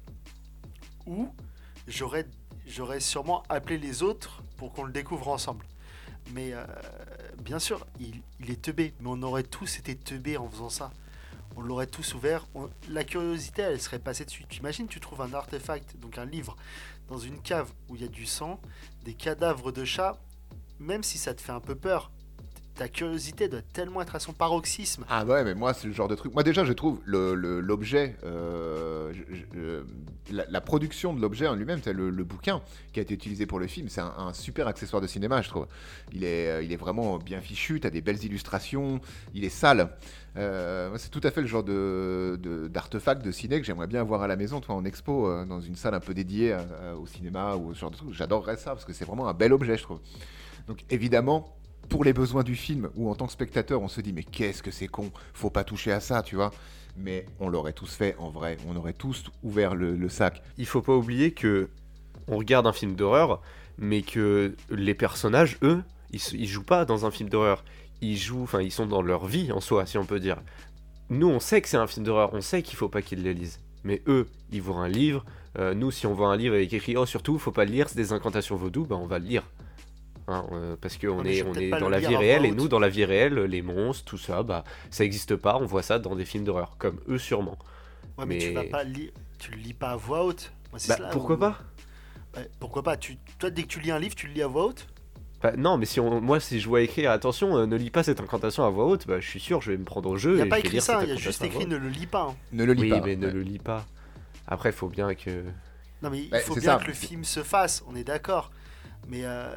ou j'aurais, j'aurais sûrement appelé les autres pour qu'on le découvre ensemble. Mais euh, bien sûr, il, il est teubé, mais on aurait tous été teubés en faisant ça. On l'aurait tous ouvert. On- la curiosité, elle serait passée dessus. Tu imagines, tu trouves un artefact, donc un livre, dans une cave où il y a du sang, des cadavres de chats. Même si ça te fait un peu peur, ta curiosité doit tellement être à son paroxysme.
Ah ouais, mais moi, c'est le genre de truc. Moi, déjà, je trouve le- le- l'objet, euh, je- je- euh, la, la production de l'objet en lui-même, c'est le, le bouquin qui a été utilisé pour le film, c'est un, un super accessoire de cinéma, je trouve. Il est, euh, il est vraiment bien fichu, t'as des belles illustrations, il est sale. Euh, moi, c'est tout à fait le genre de, de- d'artefact de ciné que j'aimerais bien avoir à la maison, toi, en expo, euh, dans une salle un peu dédiée à- à- au cinéma ou ce genre de truc. J'adorerais ça parce que c'est vraiment un bel objet, je trouve. Donc, évidemment. Pour les besoins du film, ou en tant que spectateur, on se dit mais qu'est-ce que c'est con, faut pas toucher à ça, tu vois. Mais on l'aurait tous fait en vrai, on aurait tous ouvert le, le sac.
Il faut pas oublier que on regarde un film d'horreur, mais que les personnages, eux, ils, s- ils jouent pas dans un film d'horreur. Ils jouent, enfin, ils sont dans leur vie en soi, si on peut dire. Nous, on sait que c'est un film d'horreur, on sait qu'il faut pas qu'ils le lisent. Mais eux, ils voient un livre. euh, nous, si on voit un livre avec écrit oh surtout, faut pas le lire, c'est des incantations vaudou, bah on va le lire. Hein, euh, parce qu'on
Ouais, mais
est,
je vais
on
peut-être
est
pas
dans
le
la
lire
vie
à
réelle,
voix
et nous,
haute.
dans la vie réelle, les monstres, tout ça, bah ça existe pas, on voit ça dans des films d'horreur, comme eux sûrement.
Ouais, mais, tu
Mais-
vas pas lire, tu le lis pas à voix haute. Moi, c'est
Bah
cela,
pourquoi
où-
pas
Ouais, pourquoi pas tu... Toi, dès que tu lis un livre, tu le lis à voix haute.
Bah, non, mais si on, moi, si je vois écrire attention, euh, ne lis pas cette incantation à voix haute, bah je suis sûr, je vais me prendre au jeu.
Il n'y a
et
pas
je vais
écrit
lire
ça,
cette
il y a juste
incantation à
écrit
voix
ne le lis pas. hein.
Ne le
haute.
lis
Oui,
pas.
mais ne
Ouais.
le lis pas. Après, il faut bien que.
Non, mais il
Ouais,
faut
c'est
bien
ça.
que le film se fasse, on est d'accord. Mais euh,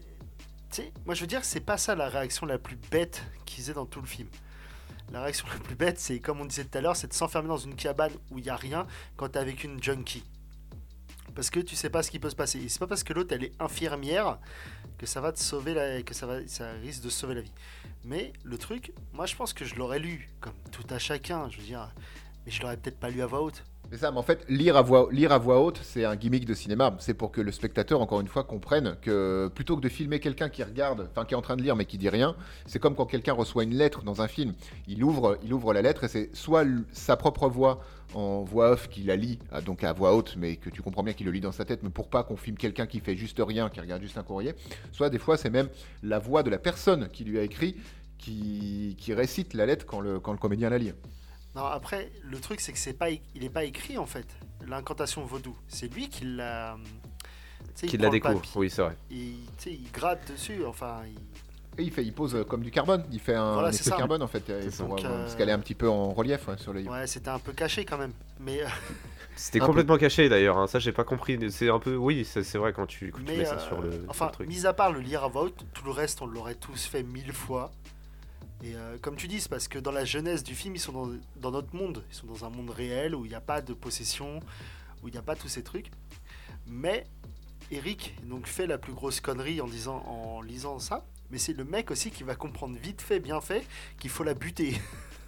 tu sais, moi je veux dire, c'est pas ça la réaction la plus bête qu'ils aient dans tout le film. La réaction la plus bête, c'est comme on disait tout à l'heure, c'est de s'enfermer dans une cabane où il y a rien quand t'es avec une junkie. Parce que tu sais pas ce qui peut se passer. Et c'est pas parce que l'autre elle est infirmière que ça va te sauver la... que ça va ça risque de sauver la vie. Mais le truc, moi je pense que je l'aurais lu comme tout à chacun, je veux dire, mais je l'aurais peut-être pas lu à voix haute.
C'est ça, mais en fait, lire à voix, lire à voix haute, c'est un gimmick de cinéma. C'est pour que le spectateur, encore une fois, comprenne que plutôt que de filmer quelqu'un qui regarde, enfin qui est en train de lire mais qui dit rien, c'est comme quand quelqu'un reçoit une lettre dans un film. Il ouvre, il ouvre la lettre et c'est soit l- sa propre voix en voix off qui la lit, ah, donc à voix haute, mais que tu comprends bien qu'il le lit dans sa tête, mais pour pas qu'on filme quelqu'un qui fait juste rien, qui regarde juste un courrier. Soit des fois, c'est même la voix de la personne qui lui a écrit qui, qui récite la lettre quand le, quand le comédien la lit.
Non, après, le truc, c'est que c'est pas, é- il est pas écrit en fait. L'incantation vaudou, c'est lui qui l'a. tu sais, il
Qu'il la
prend le
découvre,
papier,
oui, c'est vrai.
et il, tu sais, il gratte dessus. Enfin, il-
Et il, fait, il pose euh, comme du carbone, il fait un
Voilà,
un
c'est
effet de
ça.
carbone en fait, euh,
C'est ça.
pour,
Donc,
euh,
euh,
parce qu'elle est un petit peu en relief ouais, sur le livre.
ouais, c'était un peu caché quand même. Mais, euh,
C'était
Un
complètement caché d'ailleurs, hein, ça j'ai pas compris. C'est un peu. Oui, c'est c'est vrai quand tu, quand tu
mais
mets ça
euh,
sur le, sur
enfin,
le truc.
mis à part le lire à voix haute, tout le reste, on l'aurait tous fait mille fois. Et euh, comme tu dis, c'est parce que dans la jeunesse du film, ils sont dans, dans notre monde. Ils sont dans un monde réel où il n'y a pas de possession, où il n'y a pas tous ces trucs. Mais Eric donc fait la plus grosse connerie en disant, en lisant ça. Mais c'est le mec aussi qui va comprendre vite fait, bien fait, qu'il faut la buter.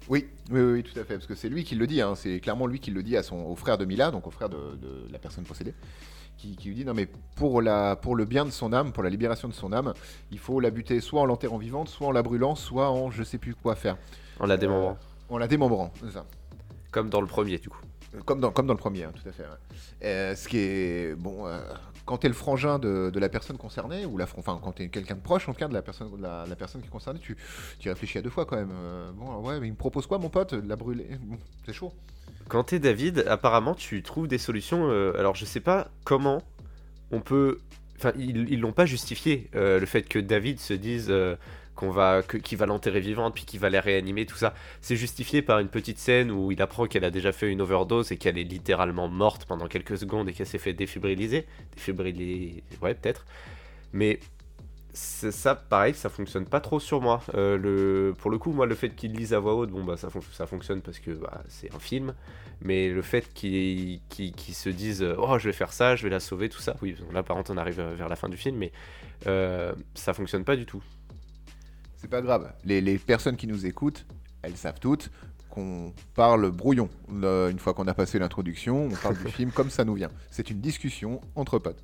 Oui, oui, oui, oui, tout à fait, parce que c'est lui qui le dit, hein, c'est clairement lui qui le dit à son, au frère de Mila, donc au frère de, de la personne possédée, qui, qui lui dit non mais pour, la, pour le bien de son âme, pour la libération de son âme, il faut la buter soit en l'enterrant vivante, soit en la brûlant, soit en je sais plus quoi faire.
En la démembrant.
Euh, en la démembrant, c'est ça.
Comme dans le premier, du coup.
Comme dans, comme dans le premier, hein, tout à fait. Ouais. Euh, ce qui est bon, euh, quand t'es le frangin de, de la personne concernée, ou la, enfin quand t'es quelqu'un de proche en tout cas de la personne, de la, la personne qui est concernée, tu, tu y réfléchis à deux fois quand même. Euh, bon, alors, ouais, mais il me propose quoi, mon pote? De la brûler? Bon, c'est chaud.
Quand t'es David, apparemment, tu trouves des solutions. euh, alors, je sais pas comment on peut. Enfin, ils, ils l'ont pas justifié, euh, le fait que David se dise euh, qu'on va, que- qu'il va l'enterrer vivante, puis qu'il va la réanimer, tout ça. C'est justifié par une petite scène où il apprend qu'elle a déjà fait une overdose et qu'elle est littéralement morte pendant quelques secondes et qu'elle s'est fait défibriliser. Défibriller. Ouais, peut-être. Mais c'est- ça, pareil, ça fonctionne pas trop sur moi. Euh, le, pour le coup, moi, le fait qu'il lise à voix haute, bon, bah, ça, fon- ça fonctionne parce que bah, c'est un film. Mais le fait qu'ils qu'ils- qu'ils se disent euh, oh, je vais faire ça, je vais la sauver, tout ça. Oui, là, par contre, on arrive euh, vers la fin du film, mais euh, ça fonctionne pas du tout.
C'est pas grave. Les, les personnes qui nous écoutent, elles savent toutes qu'on parle brouillon. Euh, une fois qu'on a passé l'introduction, on parle du film comme ça nous vient. C'est une discussion entre potes.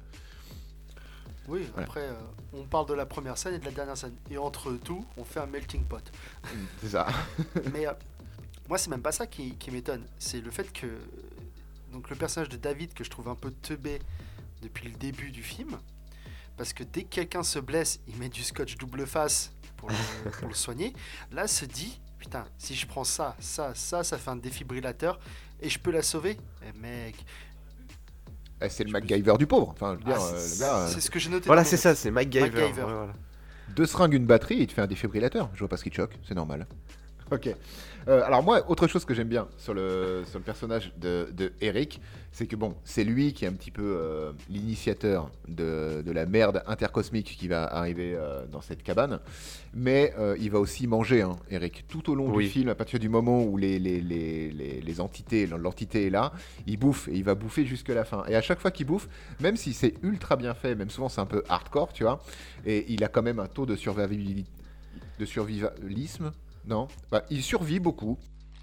Oui,
Voilà.
après, euh, on parle de la première scène et de la dernière scène. Et entre tout, on fait un melting pot.
C'est ça.
Mais euh, moi, c'est même pas ça qui, qui m'étonne. C'est le fait que donc le personnage de David, que je trouve un peu teubé depuis le début du film, parce que dès que quelqu'un se blesse, il met du scotch double face pour le, pour le soigner. Là, se dit, putain, si je prends ça, ça, ça, ça fait un défibrillateur et je peux la sauver. Eh mec,
Eh, C'est le MacGyver du pauvre. Enfin, je veux dire,
ah,
euh,
c'est
le gars, euh,
c'est ce que j'ai noté.
Voilà,
dans mes
c'est
notes.
ça, c'est MacGyver.
MacGyver.
Ouais, voilà.
deux seringues, une batterie, il te fait un défibrillateur. Je vois pas ce qui te choque, c'est normal. Ok. Euh, alors moi, autre chose que j'aime bien sur le, sur le personnage de, de Eric, c'est que bon, c'est lui qui est un petit peu euh, l'initiateur de, de la merde intercosmique qui va arriver euh, dans cette cabane, mais euh, il va aussi manger, hein, Eric, tout au long
Oui.
du film, à partir du moment où les, les, les, les, les entités, l'entité est là, il bouffe, et il va bouffer jusqu'à la fin. Et à chaque fois qu'il bouffe, même si c'est ultra bien fait, même souvent c'est un peu hardcore, tu vois, et il a quand même un taux de survivabilité, de survivalisme. Non, bah, il survit beaucoup.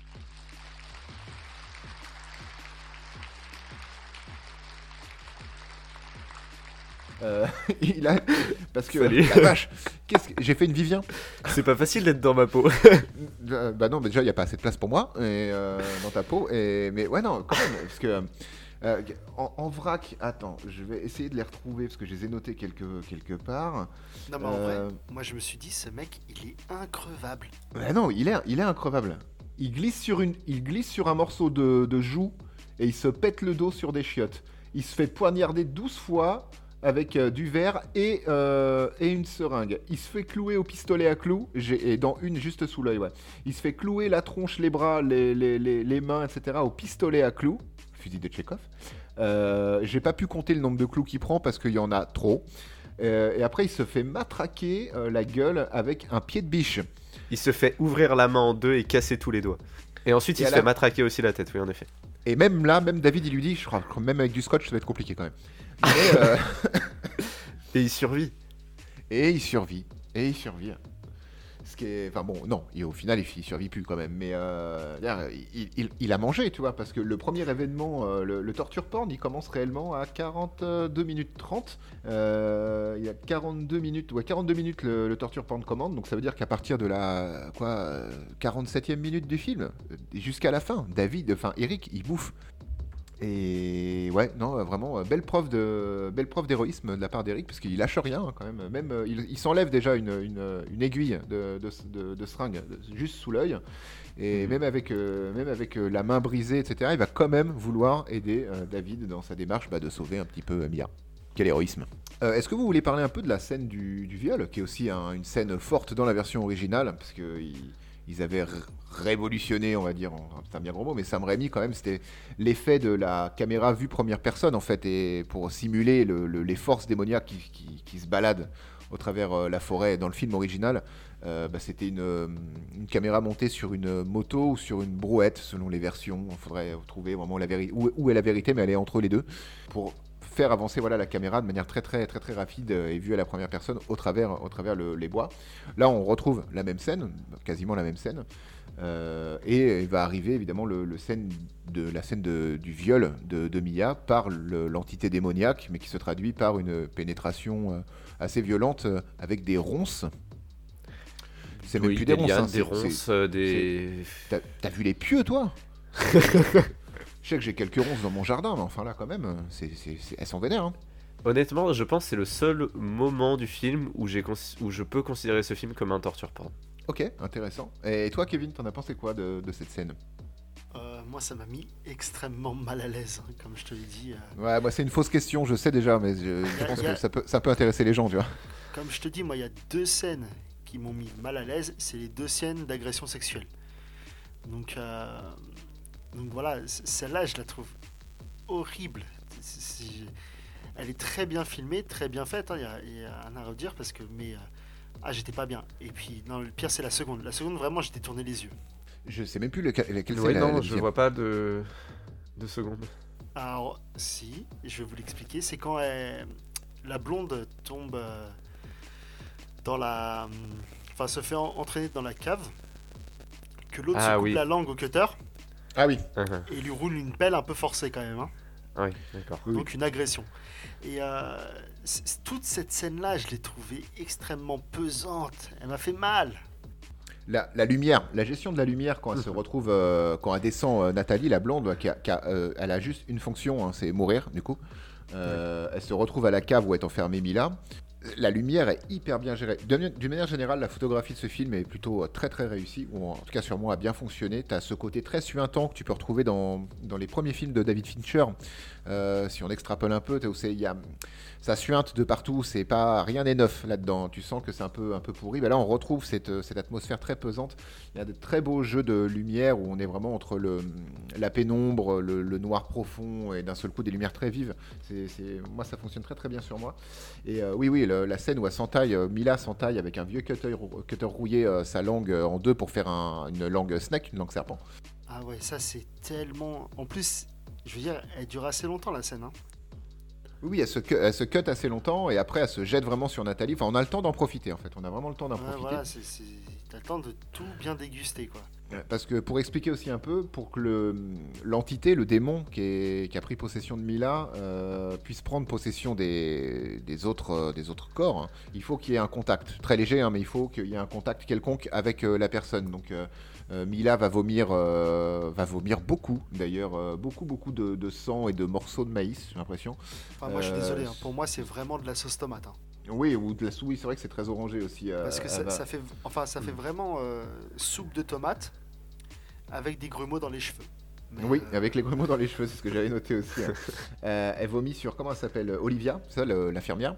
Euh, il a parce que
Salut.
la vache, qu'est-ce que j'ai fait une Vivien.
C'est pas facile d'être dans ma peau.
Euh, bah non, mais déjà il y a pas assez de place pour moi et euh, dans ta peau et mais ouais non quand même parce que euh, en, en vrac, attends, je vais essayer de les retrouver parce que je les ai notés quelque quelque part.
Non, mais en
Euh,
vrai, moi je me suis dit, ce mec, il est increvable.
Bah non, il est il est increvable. Il glisse sur une il glisse sur un morceau de, de joue et il se pète le dos sur des chiottes. Il se fait poignarder douze fois avec euh, du verre et, euh, et une seringue. Il se fait clouer au pistolet à clous, j'ai, et dans une juste sous l'œil, ouais. Il se fait clouer la tronche, les bras, les, les, les, les mains, et cetera au pistolet à clous, fusil de Tchekhov. Euh, j'ai pas pu compter le nombre de clous qu'il prend parce qu'il y en a trop. Euh, et après, il se fait matraquer euh, la gueule avec un pied de biche.
Il se fait ouvrir la main en deux et casser tous les doigts. Et ensuite,
Et
il
à
se
la-
fait matraquer aussi la tête, oui, en effet.
Et même là, même David, il lui dit, je crois que même avec du scotch, ça va être compliqué quand même. Mais, euh,
Et il survit.
Et il survit. Et il survit. Ce qui est... Enfin bon, non, et au final, il, il survit plus quand même. Mais euh, là, il, il- il a mangé, tu vois, parce que le premier événement, euh, le, le torture porn, il commence réellement à quarante-deux minutes trente. Euh, il y a quarante-deux minutes, ouais, quarante-deux minutes le, le torture porn commande. Donc ça veut dire qu'à partir de la quoi, euh, quarante-septième minute du film, euh, jusqu'à la fin, David, enfin Eric, il bouffe. Et ouais, non, euh, vraiment, euh, belle preuve de belle preuve d'héroïsme de la part d'Eric, parce qu'il lâche rien hein, quand même. Même euh, il, il s'enlève déjà une, une, une aiguille de, de, de- de seringue de- juste sous l'œil, et
Mhm.
même avec euh, même avec euh, la main brisée, et cetera. Il va quand même vouloir aider euh, David dans sa démarche bah, de sauver un petit peu euh, Mia. Quel héroïsme. Euh, Est-ce que vous voulez parler un peu de la scène du, du viol, qui est aussi un- une scène forte dans la version originale, parce que il- ils avaient r- révolutionné, on va dire, en- c'est un bien gros mot, mais Sam Raimi quand même, c'était l'effet de la caméra vue première personne en fait, et pour simuler le- le- les forces démoniaques qui, qui- qui se baladent au travers euh, la forêt dans le film original. Euh, bah, c'était une, euh, une caméra montée sur une moto ou sur une brouette selon les versions. Il faudrait trouver vraiment la vérité, où, où est la vérité, mais elle est entre les deux, pour faire avancer voilà, la caméra de manière très très très très rapide euh, et vue à la première personne au travers, au travers le- les bois. Là on retrouve la même scène, quasiment la même scène. Euh, et il va arriver évidemment le, le scène de, la scène de, du viol de, de Mia par le, l'entité démoniaque, mais qui se traduit par une pénétration euh, assez violente euh, avec des ronces. C'est même
Oui,
plus
des
des ronces.
lianes,
hein,
des
c'est-
ronces,
c'est-
euh, des...
T'as, t'as vu les pieux, toi? Je sais que j'ai quelques ronces dans mon jardin, mais enfin là, quand même, c'est, c'est, c'est- elles sont vénères. Hein.
Honnêtement, je pense que c'est le seul moment du film où, j'ai cons- où je peux considérer ce film comme un torture porn.
Ok, intéressant. Et toi, Kevin, t'en as pensé quoi de, de cette scène?
Euh, moi, ça m'a mis extrêmement mal à l'aise, hein, comme je te l'ai dit. euh.
Ouais, moi, c'est une fausse question, je sais déjà, mais je, je
Y a-
pense
y a-
que ça peut, ça peut intéresser les gens, tu vois.
Comme je te dis, moi, il y a deux scènes qui m'ont mis mal à l'aise. C'est les deux scènes d'agression sexuelle. Donc, euh, donc voilà, c- celle-là, je la trouve horrible. C'est- c'est- Elle est très bien filmée, très bien faite. Il hein, y, a, y a rien à redire parce que, mais euh, ah, j'étais pas bien. Et puis, non, le pire, c'est la seconde. La seconde, vraiment, j'ai détourné les yeux.
Je sais même plus lequel, lequel c'est
Oui,
la,
non,
la
je
deuxième.
vois pas de... de seconde.
Alors, si, je vais vous l'expliquer. C'est quand elle- la blonde tombe euh, dans la. Enfin, se fait en- entraîner dans la cave. Que l'autre
Ah
se coupe
oui.
la langue au cutter
Ah oui.
Mhm.
et lui roule une pelle un peu forcée quand même. Hein.
Ah oui, d'accord.
Oui,
Donc une agression. Et euh, c- c- toute cette scène-là, je l'ai trouvée extrêmement pesante. Elle m'a fait mal.
La, la lumière, la gestion de la lumière quand elle se retrouve, euh, quand elle descend euh, Nathalie, la blonde, qui a, qui a, euh, elle a juste une fonction, hein, c'est mourir du coup. Euh, Elle se retrouve à la cave où est enfermée Mila. La lumière est hyper bien gérée. D'une d'une manière générale, la photographie de ce film est plutôt euh, très très réussie, ou en tout cas sur moi a bien fonctionné. Tu as ce côté très suintant que tu peux retrouver dans, dans les premiers films de David Fincher. Euh, si on extrapole un peu, t'as où c'est- il y a, ça suinte de partout, c'est pas, rien n'est neuf là-dedans. Tu sens que c'est un peu, un peu pourri. Ben là, on retrouve cette, cette atmosphère très pesante. Il y a de très beaux jeux de lumière où on est vraiment entre le, la pénombre, le, le noir profond et d'un seul coup des lumières très vives. C'est, c'est- moi, ça fonctionne très très bien sur moi. Et euh, oui, oui, le- la scène où elle s'entaille, euh, Mila s'entaille avec un vieux cutter, rou- cutter rouillé euh, sa langue euh, en deux pour faire un- une langue snake, une langue serpent.
Ah ouais, ça c'est tellement. En plus, je veux dire, elle dure assez longtemps la scène. Hein.
Oui, oui, elle se, cu- elle se cut assez longtemps et après elle se jette vraiment sur Nathalie. Enfin, on a le temps d'en profiter en fait. On a vraiment le temps d'en
Ouais,
profiter.
voilà, c'est, c'est... t'as le temps de tout bien déguster quoi.
Ouais, parce que pour expliquer aussi un peu, pour que le, l'entité, le démon qui, est- qui a pris possession de Mila euh, puisse prendre possession des, des, autres, euh, des autres corps, hein, il faut qu'il y ait un contact. Très léger, hein, mais il faut qu'il y ait un contact quelconque avec euh, la personne. Donc euh, euh, Mila va vomir, euh, va vomir beaucoup, d'ailleurs, euh, beaucoup, beaucoup de, de sang et de morceaux de maïs, j'ai l'impression.
Enfin, moi je suis
Euh,
désolé, hein. Pour moi c'est vraiment de la sauce tomate. Hein.
Oui, ou de la souris, c'est vrai que c'est très orangé aussi. euh,
Parce que
elle
ça,
va-
ça fait, enfin, ça fait vraiment euh, soupe de tomate avec des grumeaux dans les cheveux. Mais,
Oui,
euh,
avec les grumeaux dans les cheveux, c'est ce que j'avais noté aussi. hein. Euh, elle vomit sur, comment elle s'appelle, Olivia, c'est ça, le- l'infirmière.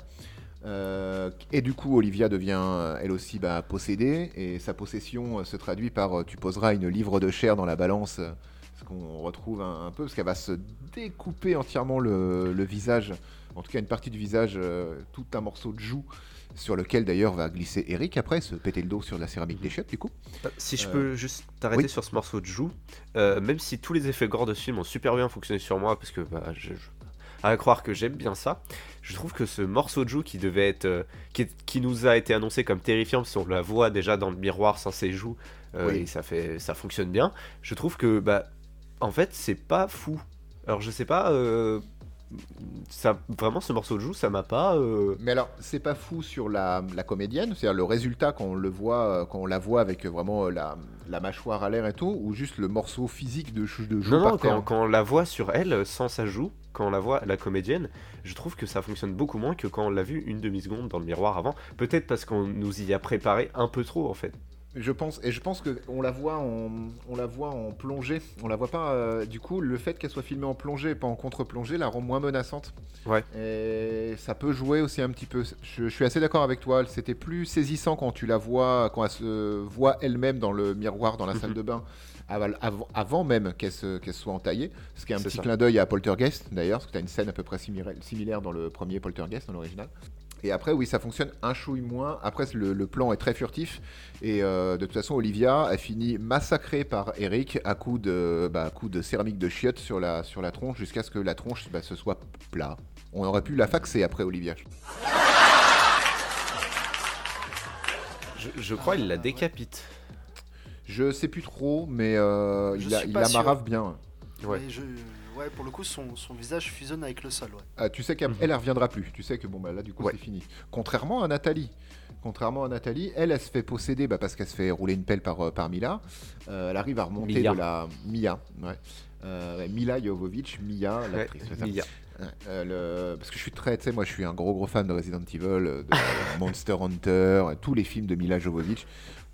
Euh, et du coup, Olivia devient euh, elle aussi bah, possédée, et sa possession euh, se traduit par euh, tu poseras une livre de chair dans la balance, euh, ce qu'on retrouve un, un peu, parce qu'elle va se découper entièrement le, le visage, en tout cas une partie du visage, euh, tout un morceau de joue, sur lequel d'ailleurs va glisser Eric après, se péter le dos sur de la céramique des chiottes du coup.
Si je
Euh,
peux juste t'arrêter
oui.
sur ce morceau de joue, euh, même si tous les effets gore de ce film ont super bien fonctionné sur moi, parce que bah, je, je- à croire que j'aime bien ça, je trouve que ce morceau de joue qui devait être, euh, qui, est- qui nous a été annoncé comme terrifiant, parce qu'on la voit déjà dans le miroir sans ses joues, euh,
Oui.
et ça fait, ça fonctionne bien. Je trouve que bah, en fait, c'est pas fou. Alors je sais pas, euh, ça, vraiment ce morceau de joue, ça m'a pas. euh,
Mais alors, c'est pas fou sur la, la comédienne, c'est-à-dire le résultat quand on le voit, euh, quand on la voit avec euh, vraiment euh, la, la mâchoire à l'air et tout, ou juste le morceau physique de, chou- de joue
Non,
par
non,
terre.
quand, quand on la voit sur elle, sans sa joue, quand on la voit, la comédienne, je trouve que ça fonctionne beaucoup moins que quand on l'a vu une demi-seconde dans le miroir avant. Peut-être parce qu'on nous y a préparé un peu trop, en fait.
Je pense, et je pense que on la voit en, on la voit en plongée. On la voit pas. euh, du coup, le fait qu'elle soit filmée en plongée et pas en contre-plongée la rend moins menaçante.
Ouais.
Et ça peut jouer aussi un petit peu. Je, je suis assez d'accord avec toi. C'était plus saisissant quand tu la vois, quand elle se voit elle-même dans le miroir dans la salle
Mhm.
de bain, av- avant, avant même qu'elle se, qu'elle se soit entaillée. Ce qui est un
C'est
petit
ça.
clin d'œil à Poltergeist d'ailleurs, parce que tu as une scène à peu près similaire, similaire dans le premier Poltergeist, dans l'original. Et après, oui, ça fonctionne un chouille moins. Après, le, le plan est très furtif. Et euh, de toute façon, Olivia a fini massacrée par Eric à coups de, bah, à coups de céramique de chiottes sur la, sur la tronche, jusqu'à ce que la tronche bah, se soit plat. On aurait pu la faxer après, Olivia.
Je, je crois qu'il la décapite.
Je sais plus trop, mais euh,
Je
il, a,
suis
il
pas
la
sûr.
marave bien.
Ouais.
Mais je... ouais, pour le coup, son, son visage fusionne avec le sol. Ouais.
Ah, tu sais qu'elle
Mhm.
elle reviendra plus. Tu sais que bon bah là du coup
Ouais.
c'est fini. Contrairement à Nathalie. Contrairement à Nathalie, elle, elle se fait posséder bah, parce qu'elle se fait rouler une pelle par, euh, par Mila. Euh, elle arrive à remonter
Mia.
de la Mia. Ouais. Euh, ouais, Mila Jovovich, Mia,
Ouais,
l'actrice. c'est ça.
Mia.
Ouais, euh, le- Parce que je suis très, tu sais, moi je suis un gros gros fan de Resident Evil, euh, de Monster Hunter, euh, tous les films de Mila Jovovich.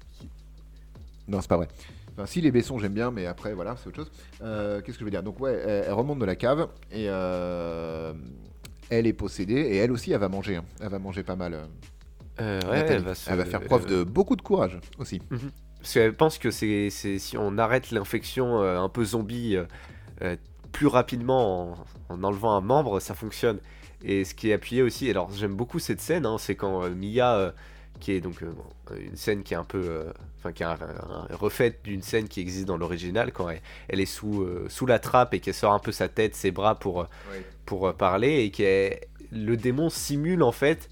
Non, c'est pas vrai. Enfin, si les Bessons j'aime bien, mais après voilà, c'est autre chose. Euh, Qu'est-ce que je veux dire? Donc ouais, elle, elle remonte de la cave et euh, elle est possédée et elle aussi, elle va manger. hein. Elle va manger pas mal. euh,
Euh, ouais,
Nathalie.
elle va, se-
Elle va faire preuve
euh,
de beaucoup de courage aussi.
Mhm. Parce qu'elle pense que c'est, c'est si on arrête l'infection euh, un peu zombie euh, euh, plus rapidement en, en enlevant un membre, ça fonctionne. Et ce qui est appuyé aussi, alors j'aime beaucoup cette scène, hein, c'est quand euh, Mia, euh, qui est donc euh, bon, une scène qui est un peu, euh, enfin qui est un, un- un refait d'une scène qui existe dans l'original, quand elle, elle est sous, euh, sous la trappe et qu'elle sort un peu sa tête, ses bras pour, euh, pour euh, parler, et que le démon simule en fait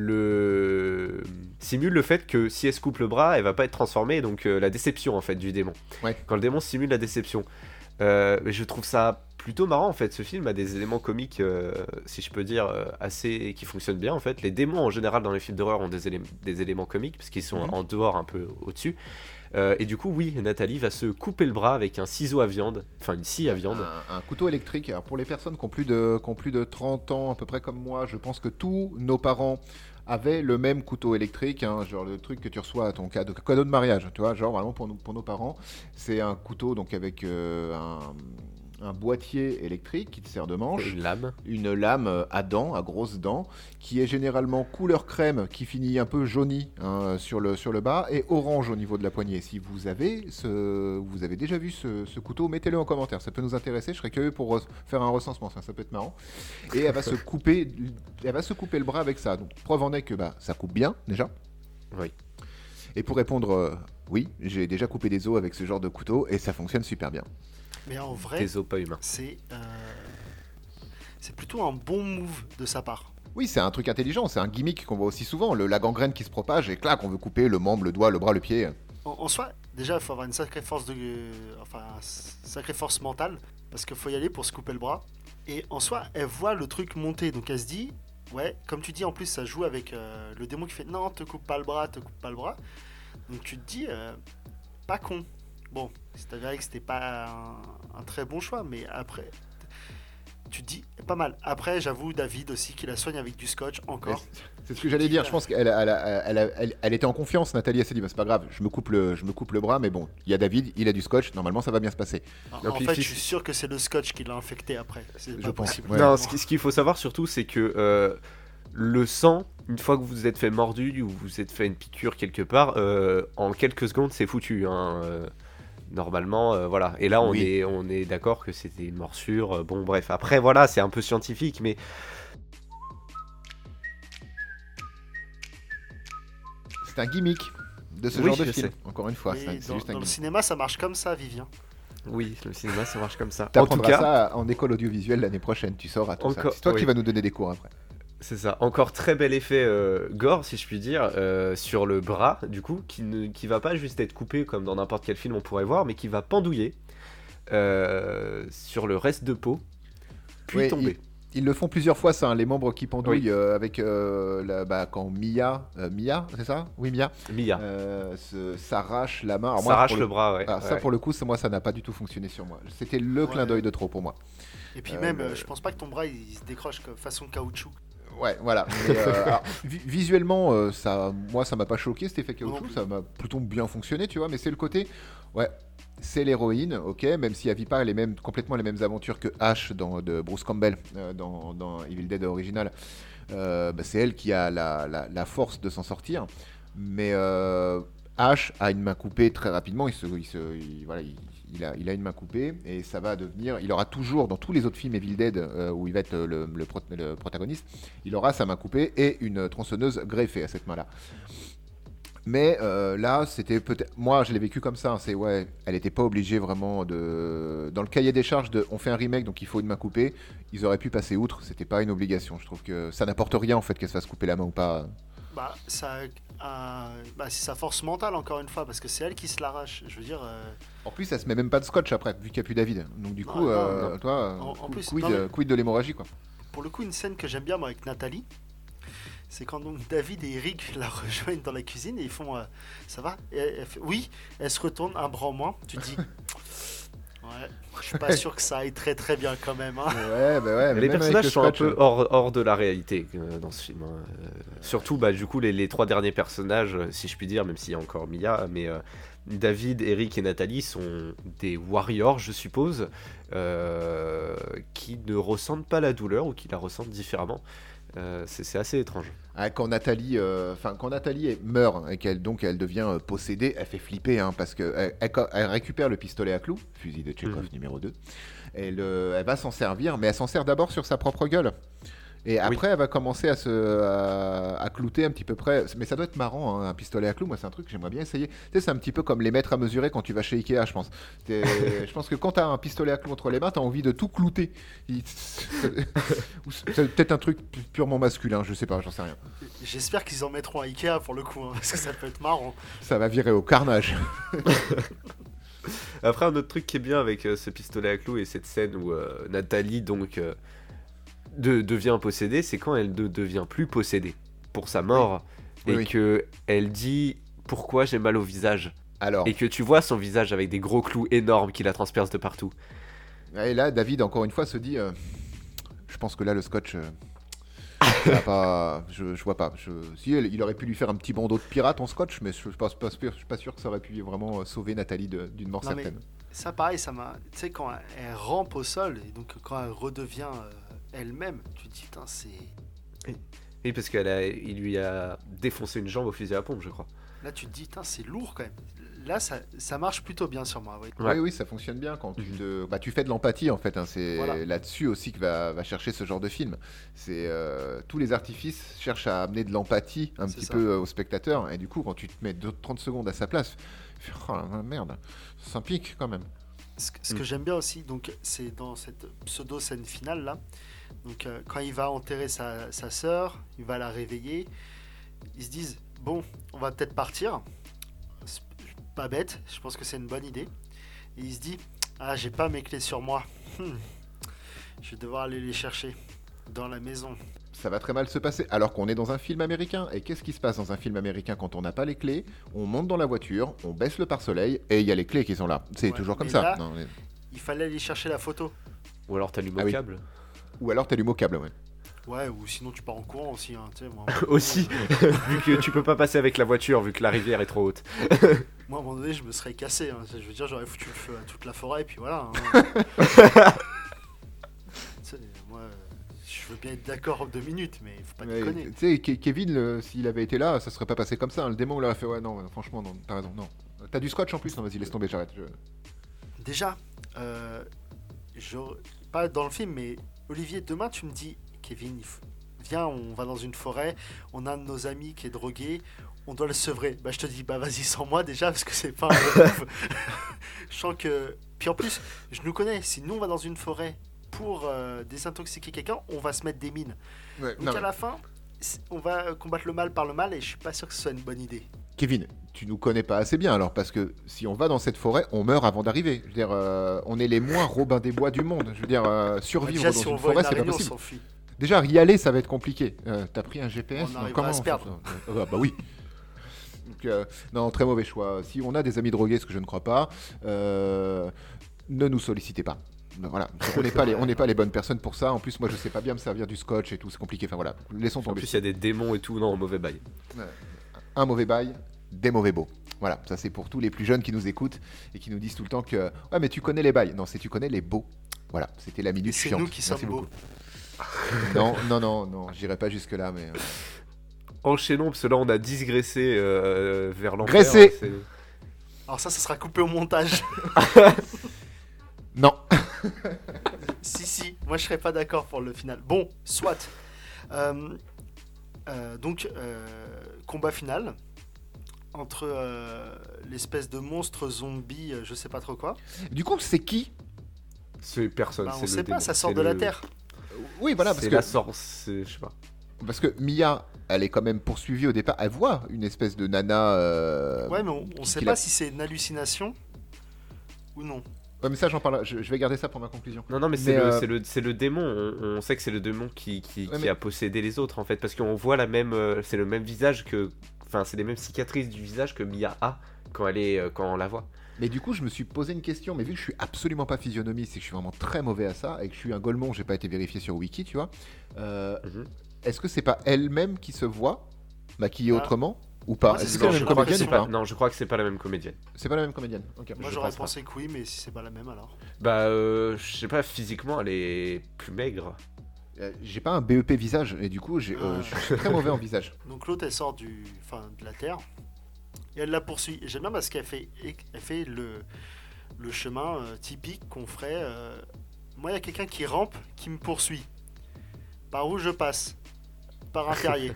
le simule le fait que si elle se coupe le bras, elle va pas être transformée, donc euh, la déception en fait du démon.
Ouais.
Quand le démon simule la déception, Euh, mais je trouve ça plutôt marrant en fait. Ce film a des éléments comiques, euh, si je peux dire, euh, assez qui fonctionnent bien en fait. Les démons en général dans les films d'horreur ont des, élé- des éléments comiques parce qu'ils sont
Mhm.
en dehors un peu au-dessus. Euh, et du coup, oui, Nathalie va se couper le bras avec un ciseau à viande, enfin une scie à viande.
Un, un couteau électrique. Alors pour les personnes qui ont, plus de, qui ont plus de trente ans, à peu près comme moi, je pense que tous nos parents avaient le même couteau électrique, hein, genre le truc que tu reçois à ton cadeau, cadeau de mariage, tu vois, genre vraiment pour, nous, pour nos parents. C'est un couteau donc avec euh, un, un boîtier électrique qui te sert de manche.
Une lame.
Une lame euh, à dents, à grosses dents, qui est généralement couleur crème, qui finit un peu jauni hein, sur, le, sur le bas, et orange au niveau de la poignée. Si vous avez, ce, vous avez déjà vu ce, ce couteau, mettez-le en commentaire, ça peut nous intéresser, je serais curieux pour re- faire un recensement, ça, ça peut être marrant. Et elle va se couper, elle va se couper le bras avec ça. Donc preuve en est que bah, ça coupe bien, déjà.
Oui.
Et pour répondre, euh, oui, j'ai déjà coupé des os avec ce genre de couteau, et ça fonctionne super bien.
Mais en vrai,
Des os pas humains.
c'est euh, c'est plutôt un bon move de sa part.
Oui, c'est un truc intelligent, c'est un gimmick qu'on voit aussi souvent, le, la gangrène qui se propage, et clac, on veut couper le membre, le doigt, le bras, le pied.
En, en soi, déjà, il faut avoir une sacrée force de, euh, enfin, une sacrée force mentale, parce qu'il faut y aller pour se couper le bras. Et en soi, elle voit le truc monter, donc elle se dit, ouais, comme tu dis, en plus, ça joue avec euh, le démon qui fait, non, te coupe pas le bras, te coupe pas le bras. Donc tu te dis, euh, pas con. Bon, c'est avéré que c'était pas un, un très bon choix, mais après, tu te dis, pas mal. Après, j'avoue, David aussi, qui la soigne avec du scotch, encore.
C'est ce que j'allais dire, je pense qu'elle elle, elle, elle, elle- elle était en confiance, Nathalie, elle s'est dit, bah, c'est pas grave, je me, coupe le, je me coupe le bras, mais bon, il y a David, il a du scotch, normalement ça va bien se passer.
En,
Non,
en
puis
fait,
fi-
je suis sûr que c'est le scotch qui l'a infecté après. C'est
Je
pas
pense,
possible.
ouais.
Non, ce qui- ce qu'il faut savoir surtout, c'est que euh, le sang, une fois que vous vous êtes fait mordu ou vous vous êtes fait une piqûre quelque part, euh, en quelques secondes, c'est foutu. hein, euh, Normalement, euh, voilà. Et là, on
Oui.
est, on est d'accord que c'était une morsure. euh, Bon, bref. Après, voilà, c'est un peu scientifique, mais
C'est un gimmick de ce
Oui,
genre de
je
film,
sais.
encore une fois,
Et
c'est un- c'est
dans,
juste un
dans le
gimmick.
cinéma, ça marche comme ça, Vivien.
oui, le cinéma, ça marche comme ça. En tout
T'apprendras
cas,
ça en école audiovisuelle l'année prochaine, tu sauras tout ça.
Encore-
C'est toi qui
oui.
vas nous donner des cours après.
c'est ça. Encore très bel effet euh, gore, si je puis dire, euh, sur le bras, du coup, qui ne qui va pas juste être coupé comme dans n'importe quel film on pourrait voir, mais qui va pendouiller euh, sur le reste de peau, puis
Ouais,
tomber.
Ils le font plusieurs fois, ça, hein, les membres qui pendouillent
Oui.
euh, avec euh, la- bah, quand Mia, euh, Mia, c'est ça? Oui, Mia,
Mia.
euh, se- s'arrache la main. Alors moi,
S'arrache
pour
le bras, ouais.
Ah, ça
ouais.
pour le coup, ça, moi ça n'a pas du tout fonctionné sur moi. C'était le clin
Ouais.
d'œil de trop pour moi.
Et puis
Euh,
même,
le-
euh, je pense pas que ton bras il se décroche comme façon caoutchouc.
Ouais, voilà. Mais, euh, alors, vi- visuellement, euh, ça, moi ça m'a pas choqué cet effet
Non
caoutchouc,
plus.
ça m'a plutôt bien fonctionné, tu vois. Mais c'est le côté, ouais, c'est l'héroïne, ok, même si elle vit pas les mêmes, complètement les mêmes aventures que Ash dans, de Bruce Campbell euh, dans, dans Evil Dead original. Euh, bah, c'est elle qui a la, la- la force de s'en sortir. Mais euh, Ash a une main coupée très rapidement. Il, se, il, se- il- voilà, il, il a, il a une main coupée et ça va devenir. Il aura toujours dans tous les autres films Evil Dead euh, où il va être le, le pro- le protagoniste, il aura sa main coupée et une tronçonneuse greffée à cette main-là. Mais euh, là, c'était peut-être. Moi, je l'ai vécu comme ça. hein, C'est ouais, elle n'était pas obligée vraiment de. Dans le cahier des charges de, on fait un remake, donc il faut une main coupée. Ils auraient pu passer outre. C'était pas une obligation. Je trouve que ça n'apporte rien en fait qu'elle se fasse couper la main ou pas.
Bah, ça, a- bah, c'est sa force mentale, encore une fois, parce que c'est elle qui se l'arrache. Je veux dire, euh,
En plus, elle se met même pas de scotch après, vu qu'il n'y a plus David. Donc du
Non,
coup,
non,
euh,
non.
toi,
En- en
quid,
plus,
quid,
non, mais-
euh, quid de l'hémorragie, quoi.
pour le coup, une scène que j'aime bien, moi, avec Nathalie, c'est quand donc David et Eric la rejoignent dans la cuisine et ils font euh, ça va? Et elle, elle fait, oui, elle se retourne un bras en moins. Tu te dis ouais, je suis pas sûr que ça aille très très bien quand même. Hein.
Ouais, bah ouais, mais
Les
même avec
personnages
le
sont un
scotch,
peu
euh,
hors, hors de la réalité euh, dans ce film. hein. Euh, surtout, bah, du coup, les, les trois derniers personnages, euh, si je puis dire, même s'il y a encore Mia, mais euh, David, Eric et Nathalie sont des warriors, je suppose, euh, qui ne ressentent pas la douleur ou qui la ressentent différemment. Euh, c'est c'est assez étrange.
ah, quand Nathalie, euh, enfin quand Nathalie est- meurt et qu'elle donc elle devient euh, possédée, elle fait flipper, hein, parce que elle, elle- elle récupère le pistolet à clous, fusil de Tchekhov
Mhm.
numéro deux. Elle, euh, elle va s'en servir, mais elle s'en sert d'abord sur sa propre gueule. Et après, elle va commencer à se à, à clouter un petit peu près. Mais ça doit être marrant, hein, un pistolet à clous. Moi, c'est un truc que j'aimerais bien essayer. Tu sais, c'est un petit peu comme les mètres à mesurer quand tu vas chez Ikea, je pense. T'es- je pense que quand tu as un pistolet à clous entre les mains, tu as envie de tout clouter. Il- Ou c'est peut-être un truc pu- purement masculin, je sais pas, j'en sais rien.
J'espère qu'ils en mettront à Ikea pour le coup, hein, parce que ça peut être marrant.
Ça va virer au carnage.
Après, un autre truc qui est bien avec euh, ce pistolet à clous et cette scène où euh, Nathalie donc euh, de- devient possédée, c'est quand elle ne devient plus possédée pour sa mort
Oui,
et
oui.
que elle dit pourquoi j'ai mal au visage
Alors,
et que tu vois son visage avec des gros clous énormes qui la transpercent de partout.
et là, David, encore une fois, se dit euh, je pense que là, le scotch. euh, ça va pas, je, je vois pas. Je, si, il aurait pu lui faire un petit bandeau de pirate en scotch, mais je suis pas, pas sûr- je suis pas sûr que ça aurait pu vraiment euh, sauver Nathalie de- d'une mort
Non, mais-
certaine.
Ça, pareil, ça m'a. Tu sais, quand elle, elle rampe au sol, et donc quand elle redevient euh, elle-même, tu te dis, putain, c'est.
Oui, parce qu'il lui a défoncé une jambe au fusil à pompe, je crois.
Là, tu te dis, putain, c'est lourd quand même. Là, ça, ça marche plutôt bien sur moi, oui.
Ouais.
Oui, oui, ça fonctionne bien quand tu te, bah, tu fais de l'empathie en fait. hein, c'est
Voilà.
là-dessus aussi que va, va chercher ce genre de film. C'est euh, tous les artifices cherchent à amener de l'empathie un
C'est
petit
ça.
peu euh, au spectateur. Et du coup, quand tu te mets deux- trente secondes à sa place, tu fais, oh la merde, ça pique quand même.
Ce, que- ce que
Mm.
j'aime bien aussi, donc, c'est dans cette pseudo scène finale là. Donc, euh, quand il va enterrer sa, sa sœur, il va la réveiller. Ils se disent, bon, on va peut-être partir. C'est pas bête, je pense que c'est une bonne idée. Et il se dit, ah, j'ai pas mes clés sur moi. Hmm. Je vais devoir aller les chercher dans la maison.
Ça va très mal se passer alors qu'on est dans un film américain. Et qu'est-ce qui se passe dans un film américain quand on n'a pas les clés? On monte dans la voiture, on baisse le pare-soleil et il y a les clés qui sont là. C'est
Ouais,
toujours comme
mais
ça.
là-
Non, mais-
Il fallait aller chercher la photo.
Ou alors t'allumes
Ah
au
oui.
câble.
Ou alors t'allumes au câble, ouais.
Ouais, ou sinon tu pars en courant aussi. Hein, tu sais, moi,
Aussi, vu que tu peux pas passer avec la voiture vu que la rivière est trop haute.
Moi, à un moment donné, je me serais cassé. hein. Je veux dire, j'aurais foutu le feu à toute la forêt et puis voilà. hein. Tu sais, moi, euh, je veux bien être d'accord deux minutes, mais faut pas
Ouais,
déconner.
tu sais, Ke- Kevin, le- s'il avait été là, ça serait pas passé comme ça. hein. Le démon, il aurait fait ouais, non, ouais, franchement, non, t'as raison, non. T'as du scotch en plus? Non, vas-y, laisse tomber, j'arrête. je-
Déjà, euh, je- pas dans le film, mais Olivier, demain, tu me dis, Kevin, il faut- viens, on va dans une forêt, on a un de nos amis qui est drogué, on doit le sevrer. Bah, je te dis, bah vas-y sans moi déjà, parce que c'est pas un bon move. Je sens que. Puis en plus, je nous connais, si nous on va dans une forêt pour euh, désintoxiquer quelqu'un, on va se mettre des mines.
Ouais,
Donc
non,
à
mais-
la fin, c'est- on va combattre le mal par le mal et je suis pas sûr que ce soit une bonne idée.
Kevin, tu nous connais pas assez bien alors, parce que si on va dans cette forêt, on meurt avant d'arriver. Je veux dire, euh, on est les moins Robin des Bois du monde. Je veux dire, euh, survivre
Déjà,
dans
si on
une
voit
forêt,
une
c'est pas
araignée, on
possible.
s'enfuit.
Déjà, y aller, ça va être compliqué. Euh, T'as pris un G P S?
On
Non,
arrivera
comment
à se
on fait
perdre.
ça Euh, Bah oui. Donc, euh, non, très mauvais choix. Si on a des amis drogués, ce que je ne crois pas, euh, ne nous sollicitez pas. Ben voilà, on n'est pas, les- on n'est pas les bonnes personnes pour ça. En plus, moi, je sais pas bien me servir du scotch et tout, c'est compliqué. Enfin voilà, laissons
En
tomber.
plus, il y a des démons et tout, non, mauvais bail.
Un mauvais bail, des mauvais beaux. Voilà, ça c'est pour tous les plus jeunes qui nous écoutent et qui nous disent tout le temps que ouais, mais tu connais les bails. Non, c'est tu connais les beaux. Voilà, c'était la
Et
minute
c'est
chiante.
nous qui
Merci
sommes beaux.
beaucoup. Non, non, non, non, j'irai pas jusque là, mais. euh,
Enchaînons, parce que là, on a digressé euh, vers l'enfer.
Graissé.
C'est-
Alors ça, ça sera coupé au montage.
Non.
Si, si, moi je serais pas d'accord pour le final. Bon, soit. Euh, euh, donc, euh, combat final entre euh, l'espèce de monstre zombie, euh, je sais pas trop quoi.
Du coup, c'est qui?
C'est personne.
Bah,
c'est
on
le
sait pas,
démon,
ça sort
c'est
de la
le-
Terre.
Oui, voilà, parce
C'est
que
la sorce, c'est- je sais pas.
Parce que Mia, elle est quand même poursuivie au départ. Elle voit une espèce de nana. Euh,
Ouais, mais on, on
qui-
sait
qui
pas
la-
si c'est une hallucination ou non.
Ouais, mais ça, j'en parle. Je, je vais garder ça pour ma conclusion.
Non, non, mais c'est
Mais,
le,
euh,
c'est le, c'est le démon. On, on sait que c'est le démon qui, qui,
Ouais,
qui
mais-
a possédé les autres, en fait. Parce qu'on voit la même. euh, c'est le même visage que. Enfin, c'est les mêmes cicatrices du visage que Mia a quand, elle est, euh, quand on la voit.
Mais du coup, je me suis posé une question. Mais vu que je suis absolument pas physionomiste et que je suis vraiment très mauvais à ça et que je suis un golemon, j'ai pas été vérifié sur Wiki, tu vois. euh,
Mhm.
Est-ce que c'est pas elle-même qui se voit maquillée
Ah.
autrement ou pas?
Moi, c'est
Est-ce
ce
que c'est
que
la
j'ai
même
je crois que
comédienne
c'est
ou
pas,
pas?
non, je crois que c'est pas la même comédienne.
C'est pas la même comédienne. Ok.
Moi
Je
j'aurais
pense pas.
pensé que oui, mais si c'est pas la même alors.
Bah, euh, je sais pas, physiquement, elle est plus maigre.
Euh, j'ai pas un B E P visage et du coup, j'ai, euh,
Ah.
je suis très mauvais en visage.
Donc l'autre elle sort du, enfin, de la terre et elle la poursuit. Et j'aime bien parce qu'elle fait, elle fait le, le chemin euh, typique qu'on ferait. euh, Moi il y a quelqu'un qui rampe, qui me poursuit. Par où je passe? Par un terrier.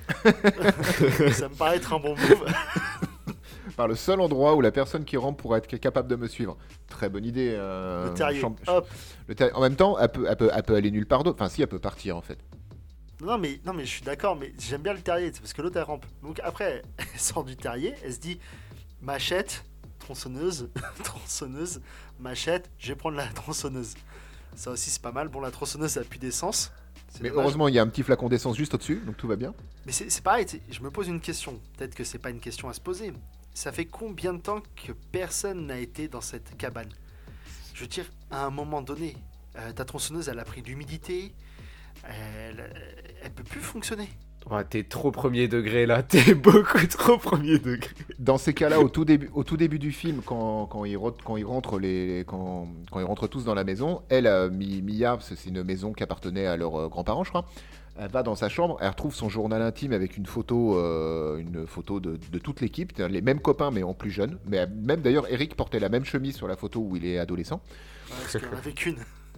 Ça me paraît être un bon move.
Par le seul endroit où la personne qui rampe pourrait être capable de me suivre. Très bonne idée. euh,
Le terrier.
champ-
Hop.
le terrier. En même temps, elle peut, elle, peut, elle peut aller nulle part d'autre. Enfin, si, elle peut partir en fait.
Non mais, non mais je suis d'accord, mais j'aime bien le terrier, c'est parce que l'autre elle rampe. Donc après, elle sort du terrier, elle se dit machette, tronçonneuse, tronçonneuse, machette, je vais prendre la tronçonneuse. Ça aussi c'est pas mal. Bon, la tronçonneuse elle a plus d'essence. C'est
Mais
dommage.
heureusement, il y a un petit flacon d'essence juste au-dessus, donc tout va bien.
Mais c'est c'est pareil, tu sais, je me pose une question. Peut-être que c'est pas une question à se poser. Ça fait combien de temps que personne n'a été dans cette cabane? Je veux dire, à un moment donné, euh, ta tronçonneuse elle a pris de l'humidité, elle, elle peut plus fonctionner.
Ouais, t'es trop premier degré là, t'es beaucoup trop premier degré.
Dans ces cas-là, au tout début, au tout début du film, quand, quand, ils, re- quand ils rentrent les, quand, quand ils rentrent tous dans la maison, elle, euh, Mi- Mia, parce que c'est une maison qui appartenait à leurs euh, grands-parents, je crois. Elle va dans sa chambre, elle retrouve son journal intime avec une photo, euh, une photo de, de toute l'équipe, c'est-à-dire les mêmes copains mais en plus jeunes. Mais euh, même d'ailleurs, Eric portait la même chemise sur la photo où il est adolescent.
Ouais, parce qu'il n'y en avait qu'une.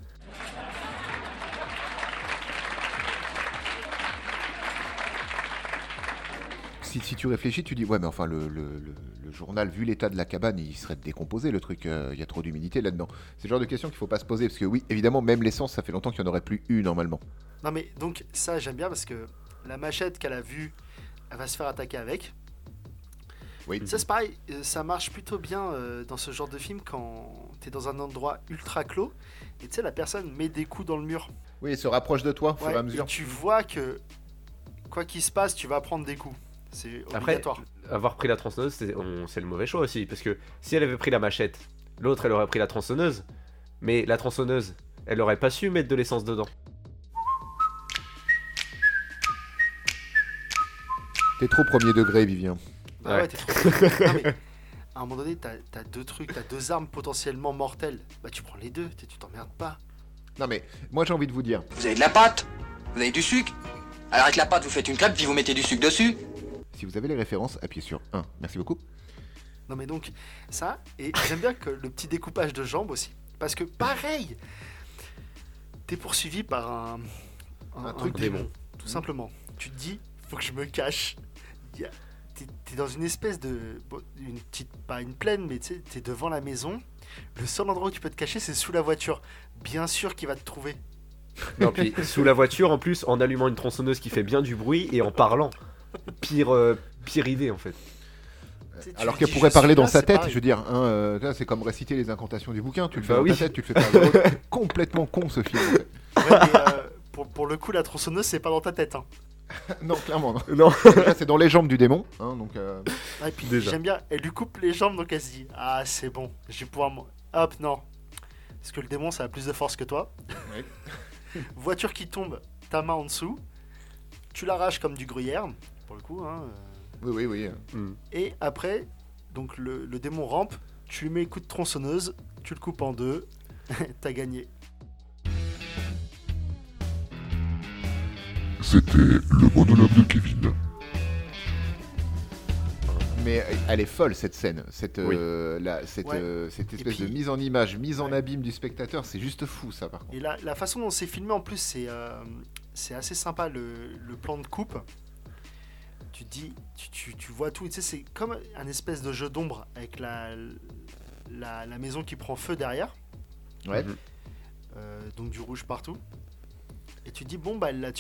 Si, si tu réfléchis, tu dis ouais, mais enfin le, le- le- le journal, vu l'état de la cabane, il serait décomposé le truc. euh, Il y a trop d'humidité là-dedans. C'est le genre de question qu'il faut pas se poser parce que oui, évidemment, même l'essence, ça fait longtemps qu'il n'y en aurait plus eu normalement.
Non mais donc ça j'aime bien parce que la machette qu'elle a vue, elle va se faire attaquer avec.
Oui.
Ça c'est pareil, euh, ça marche plutôt bien euh, dans ce genre de film quand t'es dans un endroit ultra clos et tu sais la personne met des coups dans le mur.
Oui, il se rapproche de toi au fur et
Ouais,
à
et
mesure.
tu vois que quoi qu'il se passe, tu vas prendre des coups. C'est
Après,
obligatoire.
avoir pris la tronçonneuse, c'est on- c'est le mauvais choix aussi. Parce que si elle avait pris la machette, l'autre elle aurait pris la tronçonneuse. Mais la tronçonneuse, elle aurait pas su mettre de l'essence dedans.
T'es trop premier degré, Vivien.
Bah
ouais.
ouais, t'es trop... Non, mais à un moment donné, t'as as deux trucs, t'as deux armes potentiellement mortelles. Bah tu prends les deux, t'es- tu t'emmerdes pas.
Non mais moi j'ai envie de vous dire,
Vous avez de la pâte? Vous avez du sucre? Alors avec la pâte, vous faites une crêpe, puis vous mettez du sucre dessus.
si vous avez les références, appuyez sur un. Merci beaucoup.
Non mais donc, ça, et j'aime bien que le petit découpage de jambes aussi. Parce que pareil, t'es poursuivi par un,
Un truc
démon, tout simplement. Tu te dis, faut que je me cache. Il y a- T'es t'es dans une espèce de... bon, une petite, pas une plaine, mais tu sais, t'es devant la maison. Le seul endroit où tu peux te cacher, c'est sous la voiture. Bien sûr qu'il va te trouver.
Non, puis sous la voiture en plus, en allumant une tronçonneuse qui fait bien du bruit et en parlant. Pire, euh, pire idée en fait.
Tu sais, tu
Alors
lui
qu'elle
dis,
pourrait
je suis
parler dans
là,
sa
c'est
tête,
pareil.
je veux dire, hein, euh, là, c'est comme réciter les incantations du bouquin, tu le fais
Bah
dans
oui.
ta tête, tu le fais pas dans l'autre. C'est complètement con ce film. En fait.
Ouais, mais, euh, pour, pour le coup, la tronçonneuse, c'est pas dans ta tête. Hein.
Non, clairement, non.
Non.
Déjà, c'est dans les jambes du démon, hein, donc... euh,
Ah, et puis
Déjà.
j'aime bien, elle lui coupe les jambes, donc elle se dit, ah c'est bon, je vais pouvoir... m'en- Hop, non. Parce que le démon, ça a plus de force que toi.
Ouais.
Voiture qui tombe, ta main en dessous. Tu l'arraches comme du gruyère, pour le coup. Hein, euh.
Oui, oui, oui.
Hmm.
Et après, donc le, le démon rampe, tu lui mets un coup de tronçonneuse, tu le coupes en deux, t'as gagné.
C'était le monologue de Kevin.
Mais euh, elle est folle cette scène, cette, euh, la- cette,
Ouais.
euh, cette
Et
espèce
puis-
de mise en image, mise en
Ouais.
abîme du spectateur, c'est juste fou ça par contre.
Et la, la façon dont c'est filmé en plus, c'est euh, c'est assez sympa le, le plan de coupe. Tu te dis, tu, tu, tu vois tout. Tu sais, c'est comme un espèce de jeu d'ombre avec la, la, la maison qui prend feu derrière,
Ouais.
Mhm.
euh, donc du rouge partout. Et tu te dis, bon, bah elle l'a tué.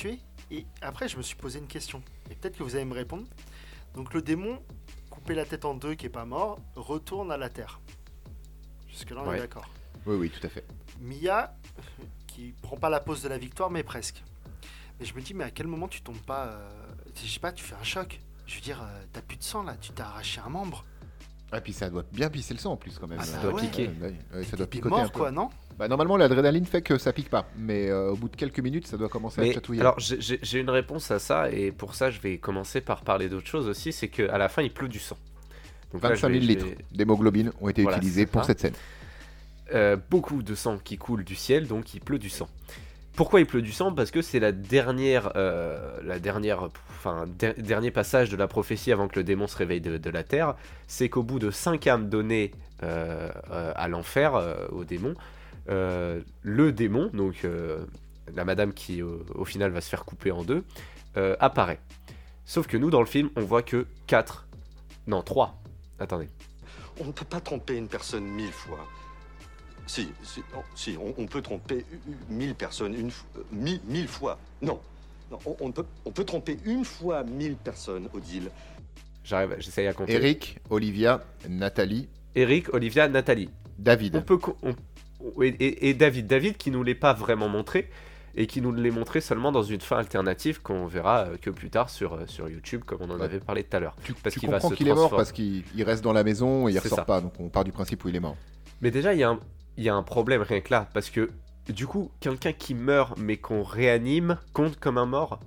et après, je me suis posé une question. Et peut-être que vous allez me répondre. Donc, le démon, coupé la tête en deux, qui est pas mort, retourne à la Terre. Jusque-là, on
Ouais.
est d'accord.
Oui, oui, tout à fait.
Mia, qui prend pas la pose de la victoire, mais presque. Mais je me dis, mais à quel moment tu tombes pas. Euh, je sais pas, tu fais un choc. Je veux dire, euh, t'as plus de sang là, tu t'as arraché un membre.
Ah, puis ça doit bien pisser le sang en plus quand même.
Ah,
ça
bah
doit
ouais.
piquer.
Ouais, ouais, ouais, ça doit
T'es
picoter un
mort
peu.
quoi, non?
Bah, normalement, l'adrénaline fait que ça pique pas, mais euh, au bout de quelques minutes, ça doit commencer à
Mais
chatouiller.
alors j'ai- j'ai j'ai une réponse à ça et pour ça je vais commencer par parler d'autre chose aussi, c'est qu'à la fin il pleut du sang. Donc là, je
vingt-cinq
vais-
mille
je
litres
vais-
d'hémoglobine ont été
Voilà,
utilisés
c'est
pour
ça.
cette scène.
Euh, beaucoup de sang qui coule du ciel, donc il pleut du sang. Pourquoi il pleut du sang? Parce que c'est la dernière, euh, la dernière, enfin der- dernier passage de la prophétie avant que le démon se réveille de, de la terre. C'est qu'au bout de cinq âmes données euh, euh, à l'enfer, euh, au démon, euh, le démon, donc euh, la madame qui au, au final va se faire couper en deux, euh, apparaît. Sauf que nous dans le film, on voit que quatre, non trois. Attendez.
On ne peut pas tromper une personne mille fois. Si, si, oh, si on, on peut tromper u- u- mille personnes une f- euh, mille, mille fois. Non, non on, on peut, on peut tromper une fois mille personnes, Odile.
J'arrive, j'essaye à compter.
Eric, Olivia, Nathalie,
Eric, Olivia, Nathalie.
David.
On peut co- on- on- et, et- et David, David qui nous l'est pas vraiment montré et qui nous l'est montré seulement dans une fin alternative qu'on verra euh, que plus tard sur, euh, sur YouTube comme on en
Ouais.
avait parlé tout à l'heure.
Tu,
parce
tu
qu'il va
comprends
se
qu'il est mort
transformer.
parce qu'il il reste dans la maison et il
C'est
ressort
ça.
pas, donc on part du principe où il est mort.
Mais déjà il y, a un- il y a un problème rien que là parce que du coup quelqu'un qui meurt mais qu'on réanime compte comme un mort.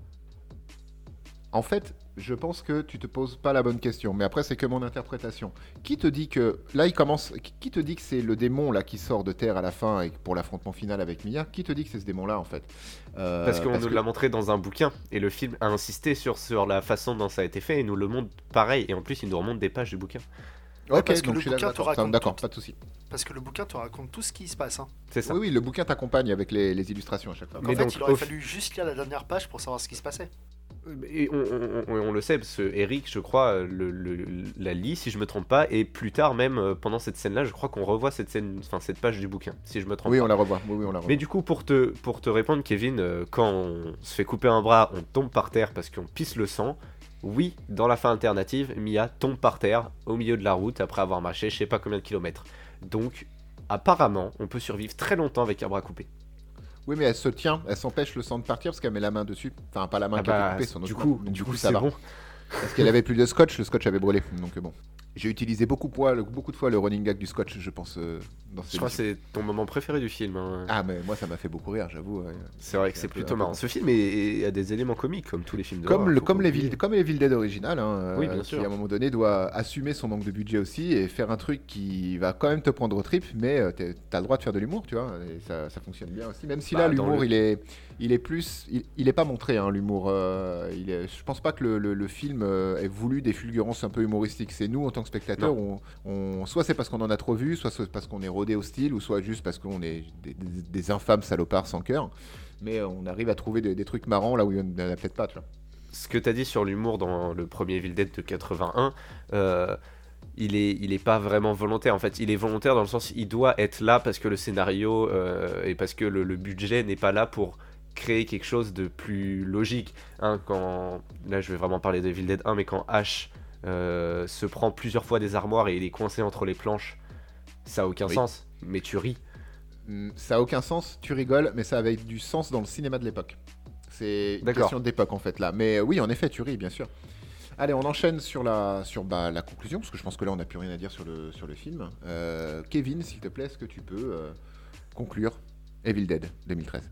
En fait, je pense que tu te poses pas la bonne question, mais après c'est que mon interprétation. Qui te dit que là il commence qui- Qui te dit que c'est le démon là qui sort de terre à la fin et pour l'affrontement final avec Mia? Qui te dit que c'est ce démon là en fait? Euh,
Parce qu'on nous
que-
l'a montré dans un bouquin et le film a insisté sur, sur la façon dont ça a été fait et nous le montre pareil et en plus il nous remonte des pages du bouquin.
Ok,
parce que
donc
le
je suis
bouquin te
d'accord,
raconte
d'accord,
tout.
pas de souci.
Parce que le bouquin te raconte tout ce qui se passe. Hein.
C'est ça.
Oui, oui, le bouquin t'accompagne avec les, les illustrations à chaque fois.
Donc
Mais
en fait,
donc,
il aurait
au-
fallu juste lire la dernière page pour savoir ce qui se passait.
Et on, on- on- on le sait, parce que Eric, je crois, le, le- la lit, si je me trompe pas, et plus tard, même euh, pendant cette scène-là, je crois qu'on revoit cette scène, enfin cette page du bouquin, si je me trompe
Oui,
pas.
on la revoit. Oui, oui, on la revoit.
Mais du coup, pour te, pour te répondre, Kevin, euh, quand on se fait couper un bras, on tombe par terre parce qu'on pisse le sang. Oui, dans la fin alternative, Mia tombe par terre au milieu de la route après avoir marché je sais pas combien de kilomètres. Donc, apparemment, on peut survivre très longtemps avec un bras coupé.
Oui, mais elle se tient, elle s'empêche le sang de partir parce qu'elle met la main dessus. Enfin, pas la main
Ah
qui a été
bah,
coupée, son
du
autre
coup,
main. Donc,
du coup,
ça
c'est
va.
bon.
Parce qu'elle avait plus de scotch, le scotch avait brûlé. Donc bon. J'ai utilisé beaucoup, poids, le- beaucoup de fois le running gag du scotch, je pense, euh, dans cette
Je crois que
émission.
c'est ton moment préféré du film. hein.
Ah, mais moi, ça m'a fait beaucoup rire, j'avoue. ouais.
C'est vrai que
c'est
c'est
un peu-
plutôt
un peu
marrant.
con.
Ce film est- est- a des éléments comiques, comme tous les films de
Comme, le, comme, les Evil, comme les Evil Dead original, hein,
Oui,
euh,
bien
qui
sûr.
à un moment donné doit assumer son manque de budget aussi et faire un truc qui va quand même te prendre au trip, mais euh, t'es- t'as le droit de faire de l'humour, tu vois, et ça, ça fonctionne bien aussi. Même si
Bah,
là,
dans
l'humour,
le-
il, est, il est plus. Il, il est pas montré, hein, l'humour. euh, il est- je pense pas que le, le- le film euh, ait voulu des fulgurances un peu humoristiques. C'est nous, en tant que spectateurs, on, on- soit c'est parce qu'on en a trop vu, soit c'est parce qu'on est rodé au style, ou soit juste parce qu'on est des, des- des infâmes salopards sans cœur. Mais euh, on arrive à trouver des, des trucs marrants là où il n'y en a peut-être pas, tu vois.
Ce que tu as dit sur l'humour dans le premier Evil Dead de quatre-vingt-un, euh, il est, il est pas vraiment volontaire. En fait, il est volontaire dans le sens il doit être là parce que le scénario euh, et parce que le, le budget n'est pas là pour créer quelque chose de plus logique. Hein, quand là, je vais vraiment parler de Evil Dead un, mais quand Ash euh, se prend plusieurs fois des armoires et il est coincé entre les planches, ça a aucun
Oui.
sens. Mais tu ris.
Mm, Ça a aucun sens, tu rigoles, mais ça avait du sens dans le cinéma de l'époque. C'est une
D'accord.
question d'époque en fait là. Mais euh, oui, en effet, tu ris, bien sûr. Allez, on enchaîne sur la, sur, bah, la conclusion, parce que je pense que là, on n'a plus rien à dire sur le, sur le film. Euh, Kevin, s'il te plaît, est-ce que tu peux euh, conclure Evil Dead deux mille treize?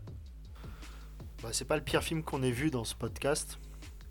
Bah, c'est pas le pire film qu'on ait vu dans ce podcast,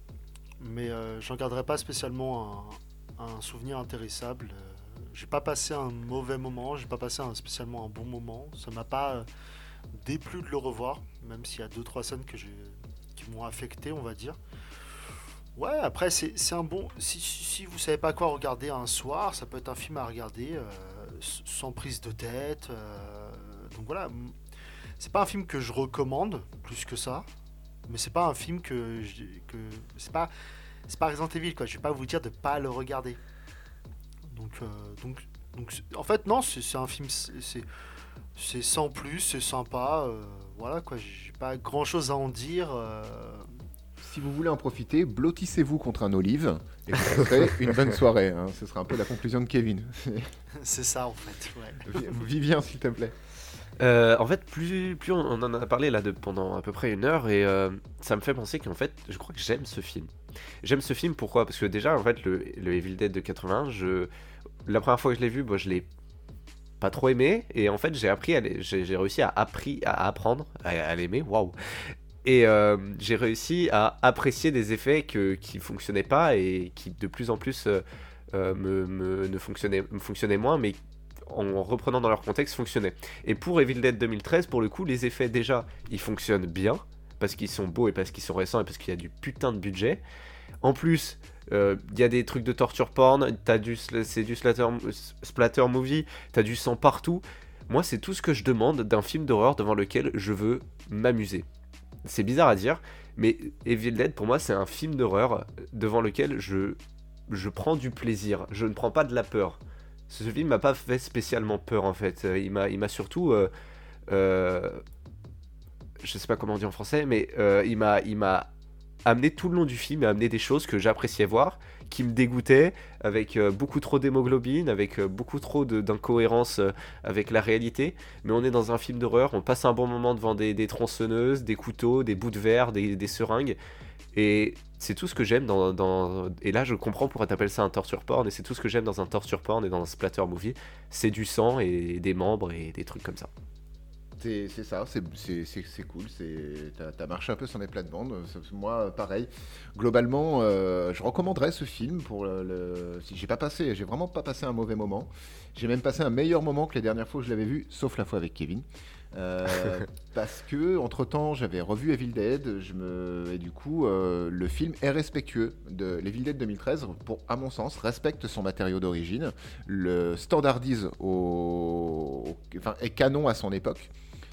mais euh, j'en garderai pas spécialement un, un souvenir intéressable. Euh, j'ai pas passé un mauvais moment, j'ai pas passé un, spécialement un bon moment. Ça m'a pas euh, déplu de le revoir, même s'il y a deux trois scènes que j'ai, qui m'ont affecté, on va dire. Ouais, après c'est, c'est un bon. Si, si, si vous savez pas quoi regarder un soir, ça peut être un film à regarder euh, s- sans prise de tête. euh, donc voilà. C'est pas un film que je recommande plus que ça, mais c'est pas un film que je- que c'est pas c'est pas Resident Evil quoi. Je vais pas vous dire de pas le regarder. Donc euh, donc donc c'est- en fait non, c'est, c'est un film c'est c'est, c'est sans plus, c'est sympa. euh, voilà quoi. J'ai pas grand chose à en dire. euh,
si vous voulez en profiter, blottissez-vous contre un olive et vous ferez une bonne soirée. Hein. Ce sera un peu la conclusion de Kevin.
C'est ça en fait. Ouais.
Vivien, s'il te plaît.
Euh, en fait, plus, plus on, on en a parlé là de, pendant à peu près une heure et euh, ça me fait penser qu'en fait, je crois que j'aime ce film. J'aime ce film pourquoi? Parce que déjà, en fait, le, le Evil Dead de quatre-vingt-un, je, la première fois que je l'ai vu, bon, je l'ai pas trop aimé et en fait, j'ai appris, à l'ai- j'ai, j'ai réussi à, appris, à apprendre à, à l'aimer. Waouh! Et euh, j'ai réussi à apprécier des effets que, qui fonctionnaient pas et qui de plus en plus euh, euh, me, me, ne fonctionnaient, me fonctionnaient moins, mais en reprenant dans leur contexte fonctionnaient. Et pour Evil Dead deux mille treize, pour le coup, les effets déjà, ils fonctionnent bien, parce qu'ils sont beaux et parce qu'ils sont récents et parce qu'il y a du putain de budget. En plus, il euh, y a des trucs de torture porn, t'as du, c'est du splatter, splatter movie, t'as du sang partout. Moi, c'est tout ce que je demande d'un film d'horreur devant lequel je veux m'amuser. C'est bizarre à dire, mais Evil Dead pour moi c'est un film d'horreur devant lequel je, je prends du plaisir, je ne prends pas de la peur. Ce film m'a pas fait spécialement peur en fait, il m'a, il m'a surtout, euh, euh, je sais pas comment on dit en français, mais euh, il m'a, il m'a amené tout le long du film, il m'a amené des choses que j'appréciais voir, qui me dégoûtaient, avec euh, beaucoup trop d'hémoglobine, avec euh, beaucoup trop de, d'incohérence euh, avec la réalité. Mais on est dans un film d'horreur, on passe un bon moment devant des, des tronçonneuses, des couteaux, des bouts de verre, des, des seringues. Et c'est tout ce que j'aime dans, dans... Et là, je comprends pourquoi t'appelles ça un torture porn, et c'est tout ce que j'aime dans un torture porn et dans un splatter movie. C'est du sang et des membres et des trucs comme ça.
C'est, c'est ça, c'est, c'est, c'est, c'est cool, c'est, t'as, t'as marché un peu sur mes plates-bandes, moi pareil. Globalement, euh, je recommanderais ce film pour le, le- si j'ai pas passé, j'ai vraiment pas passé un mauvais moment. J'ai même passé un meilleur moment que les dernières fois où je l'avais vu, sauf la fois avec Kevin. Euh, parce que entre temps j'avais revu Evil Dead, je me... et du coup euh, le film est respectueux de l'Evil Dead deux mille treize, pour, à mon sens, respecte son matériau d'origine, le standardise au... au- enfin, est canon à son époque.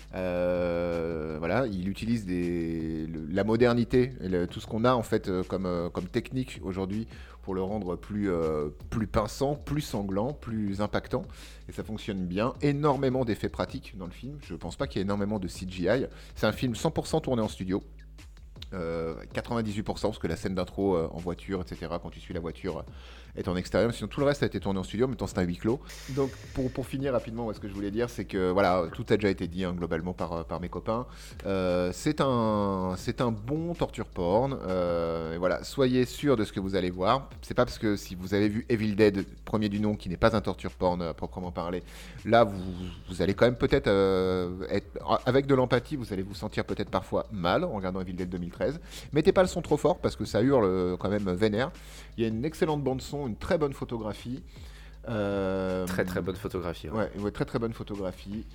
Euh, voilà, il utilise des, le- la modernité, et le- tout ce qu'on a en fait euh, comme, euh, comme technique aujourd'hui pour le rendre plus, euh, plus pinçant, plus sanglant, plus impactant. Et ça fonctionne bien. Énormément d'effets pratiques dans le film. Je pense pas qu'il y ait énormément de C G I. C'est un film cent pour cent tourné en studio. Euh, quatre-vingt-dix-huit pour cent parce que la scène d'intro euh, en voiture, et cetera, quand tu suis la voiture, euh, est en extérieur. Sinon, tout le reste a été tourné en studio, mais tant c'est un huis clos. Donc, pour, pour finir rapidement, ouais, ce que je voulais dire, c'est que voilà, tout a déjà été dit hein, globalement par, euh, par mes copains. Euh, c'est un, c'est un bon torture porn. Euh, et voilà, soyez sûr de ce que vous allez voir. C'est pas parce que si vous avez vu Evil Dead, premier du nom, qui n'est pas un torture porn à proprement parler, là, vous, vous allez quand même peut-être euh, être avec de l'empathie. Vous allez vous sentir peut-être parfois mal en regardant Evil Dead deux mille treize. Mettez pas le son trop fort parce que ça hurle euh, quand même vénère. Il y a une excellente bande son, une très bonne photographie. Euh,
Très très bonne photographie. Ouais.
Ouais, ouais, très très bonne photographie.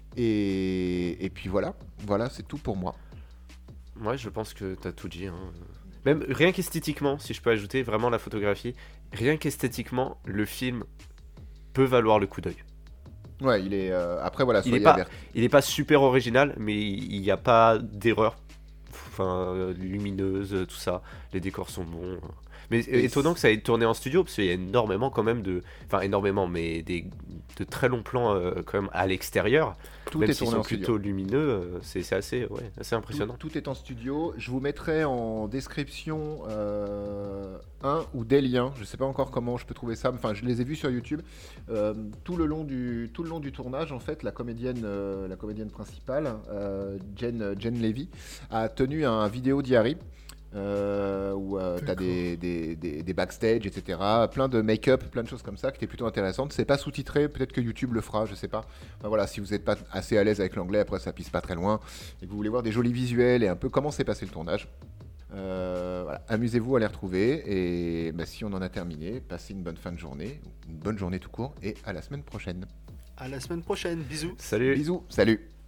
Et, et puis voilà, voilà, c'est tout pour moi.
Ouais, je pense que t'as tout dit. Hein. Même rien qu'esthétiquement, si je peux ajouter vraiment la photographie, rien qu'esthétiquement, le film peut valoir le coup d'œil.
Ouais, il est. euh, Après, voilà,
Il est
soyez
pas,
avertis.
il est pas super original, mais il n'y a pas d'erreur. Enfin, euh, lumineuse, tout ça. Les décors sont bons. Mais
Et
étonnant
c'est-
que ça ait été tourné en studio, parce qu'il y a énormément quand même de... Enfin, énormément, mais des, de très longs plans euh, quand même à l'extérieur.
Tout
Même
est
s'ils
tourné
sont
en studio.
plutôt lumineux, euh, c'est c'est assez, ouais, assez
Tout,
impressionnant.
tout est en studio. Je vous mettrai en description euh, un ou des liens. Je sais pas encore comment je peux trouver ça. Enfin, je les ai vus sur YouTube. Euh, tout le long du tout le long du tournage, en fait, la comédienne euh, la comédienne principale, euh, Jen Jen Levy, a tenu un vidéo diary. Euh, où euh, t'as des, des, des, des backstage, et cetera. Plein de make-up, plein de choses comme ça qui étaient plutôt intéressantes. C'est pas sous-titré, peut-être que YouTube le fera, je sais pas. Enfin, voilà, si vous n'êtes pas assez à l'aise avec l'anglais, après ça pisse pas très loin, et que vous voulez voir des jolis visuels et un peu comment s'est passé le tournage. Euh, voilà, amusez-vous à les retrouver et bah, si on en a terminé, passez une bonne fin de journée, une bonne journée tout court et à la semaine prochaine.
À la semaine prochaine. Bisous.
Salut.
Bisous, salut.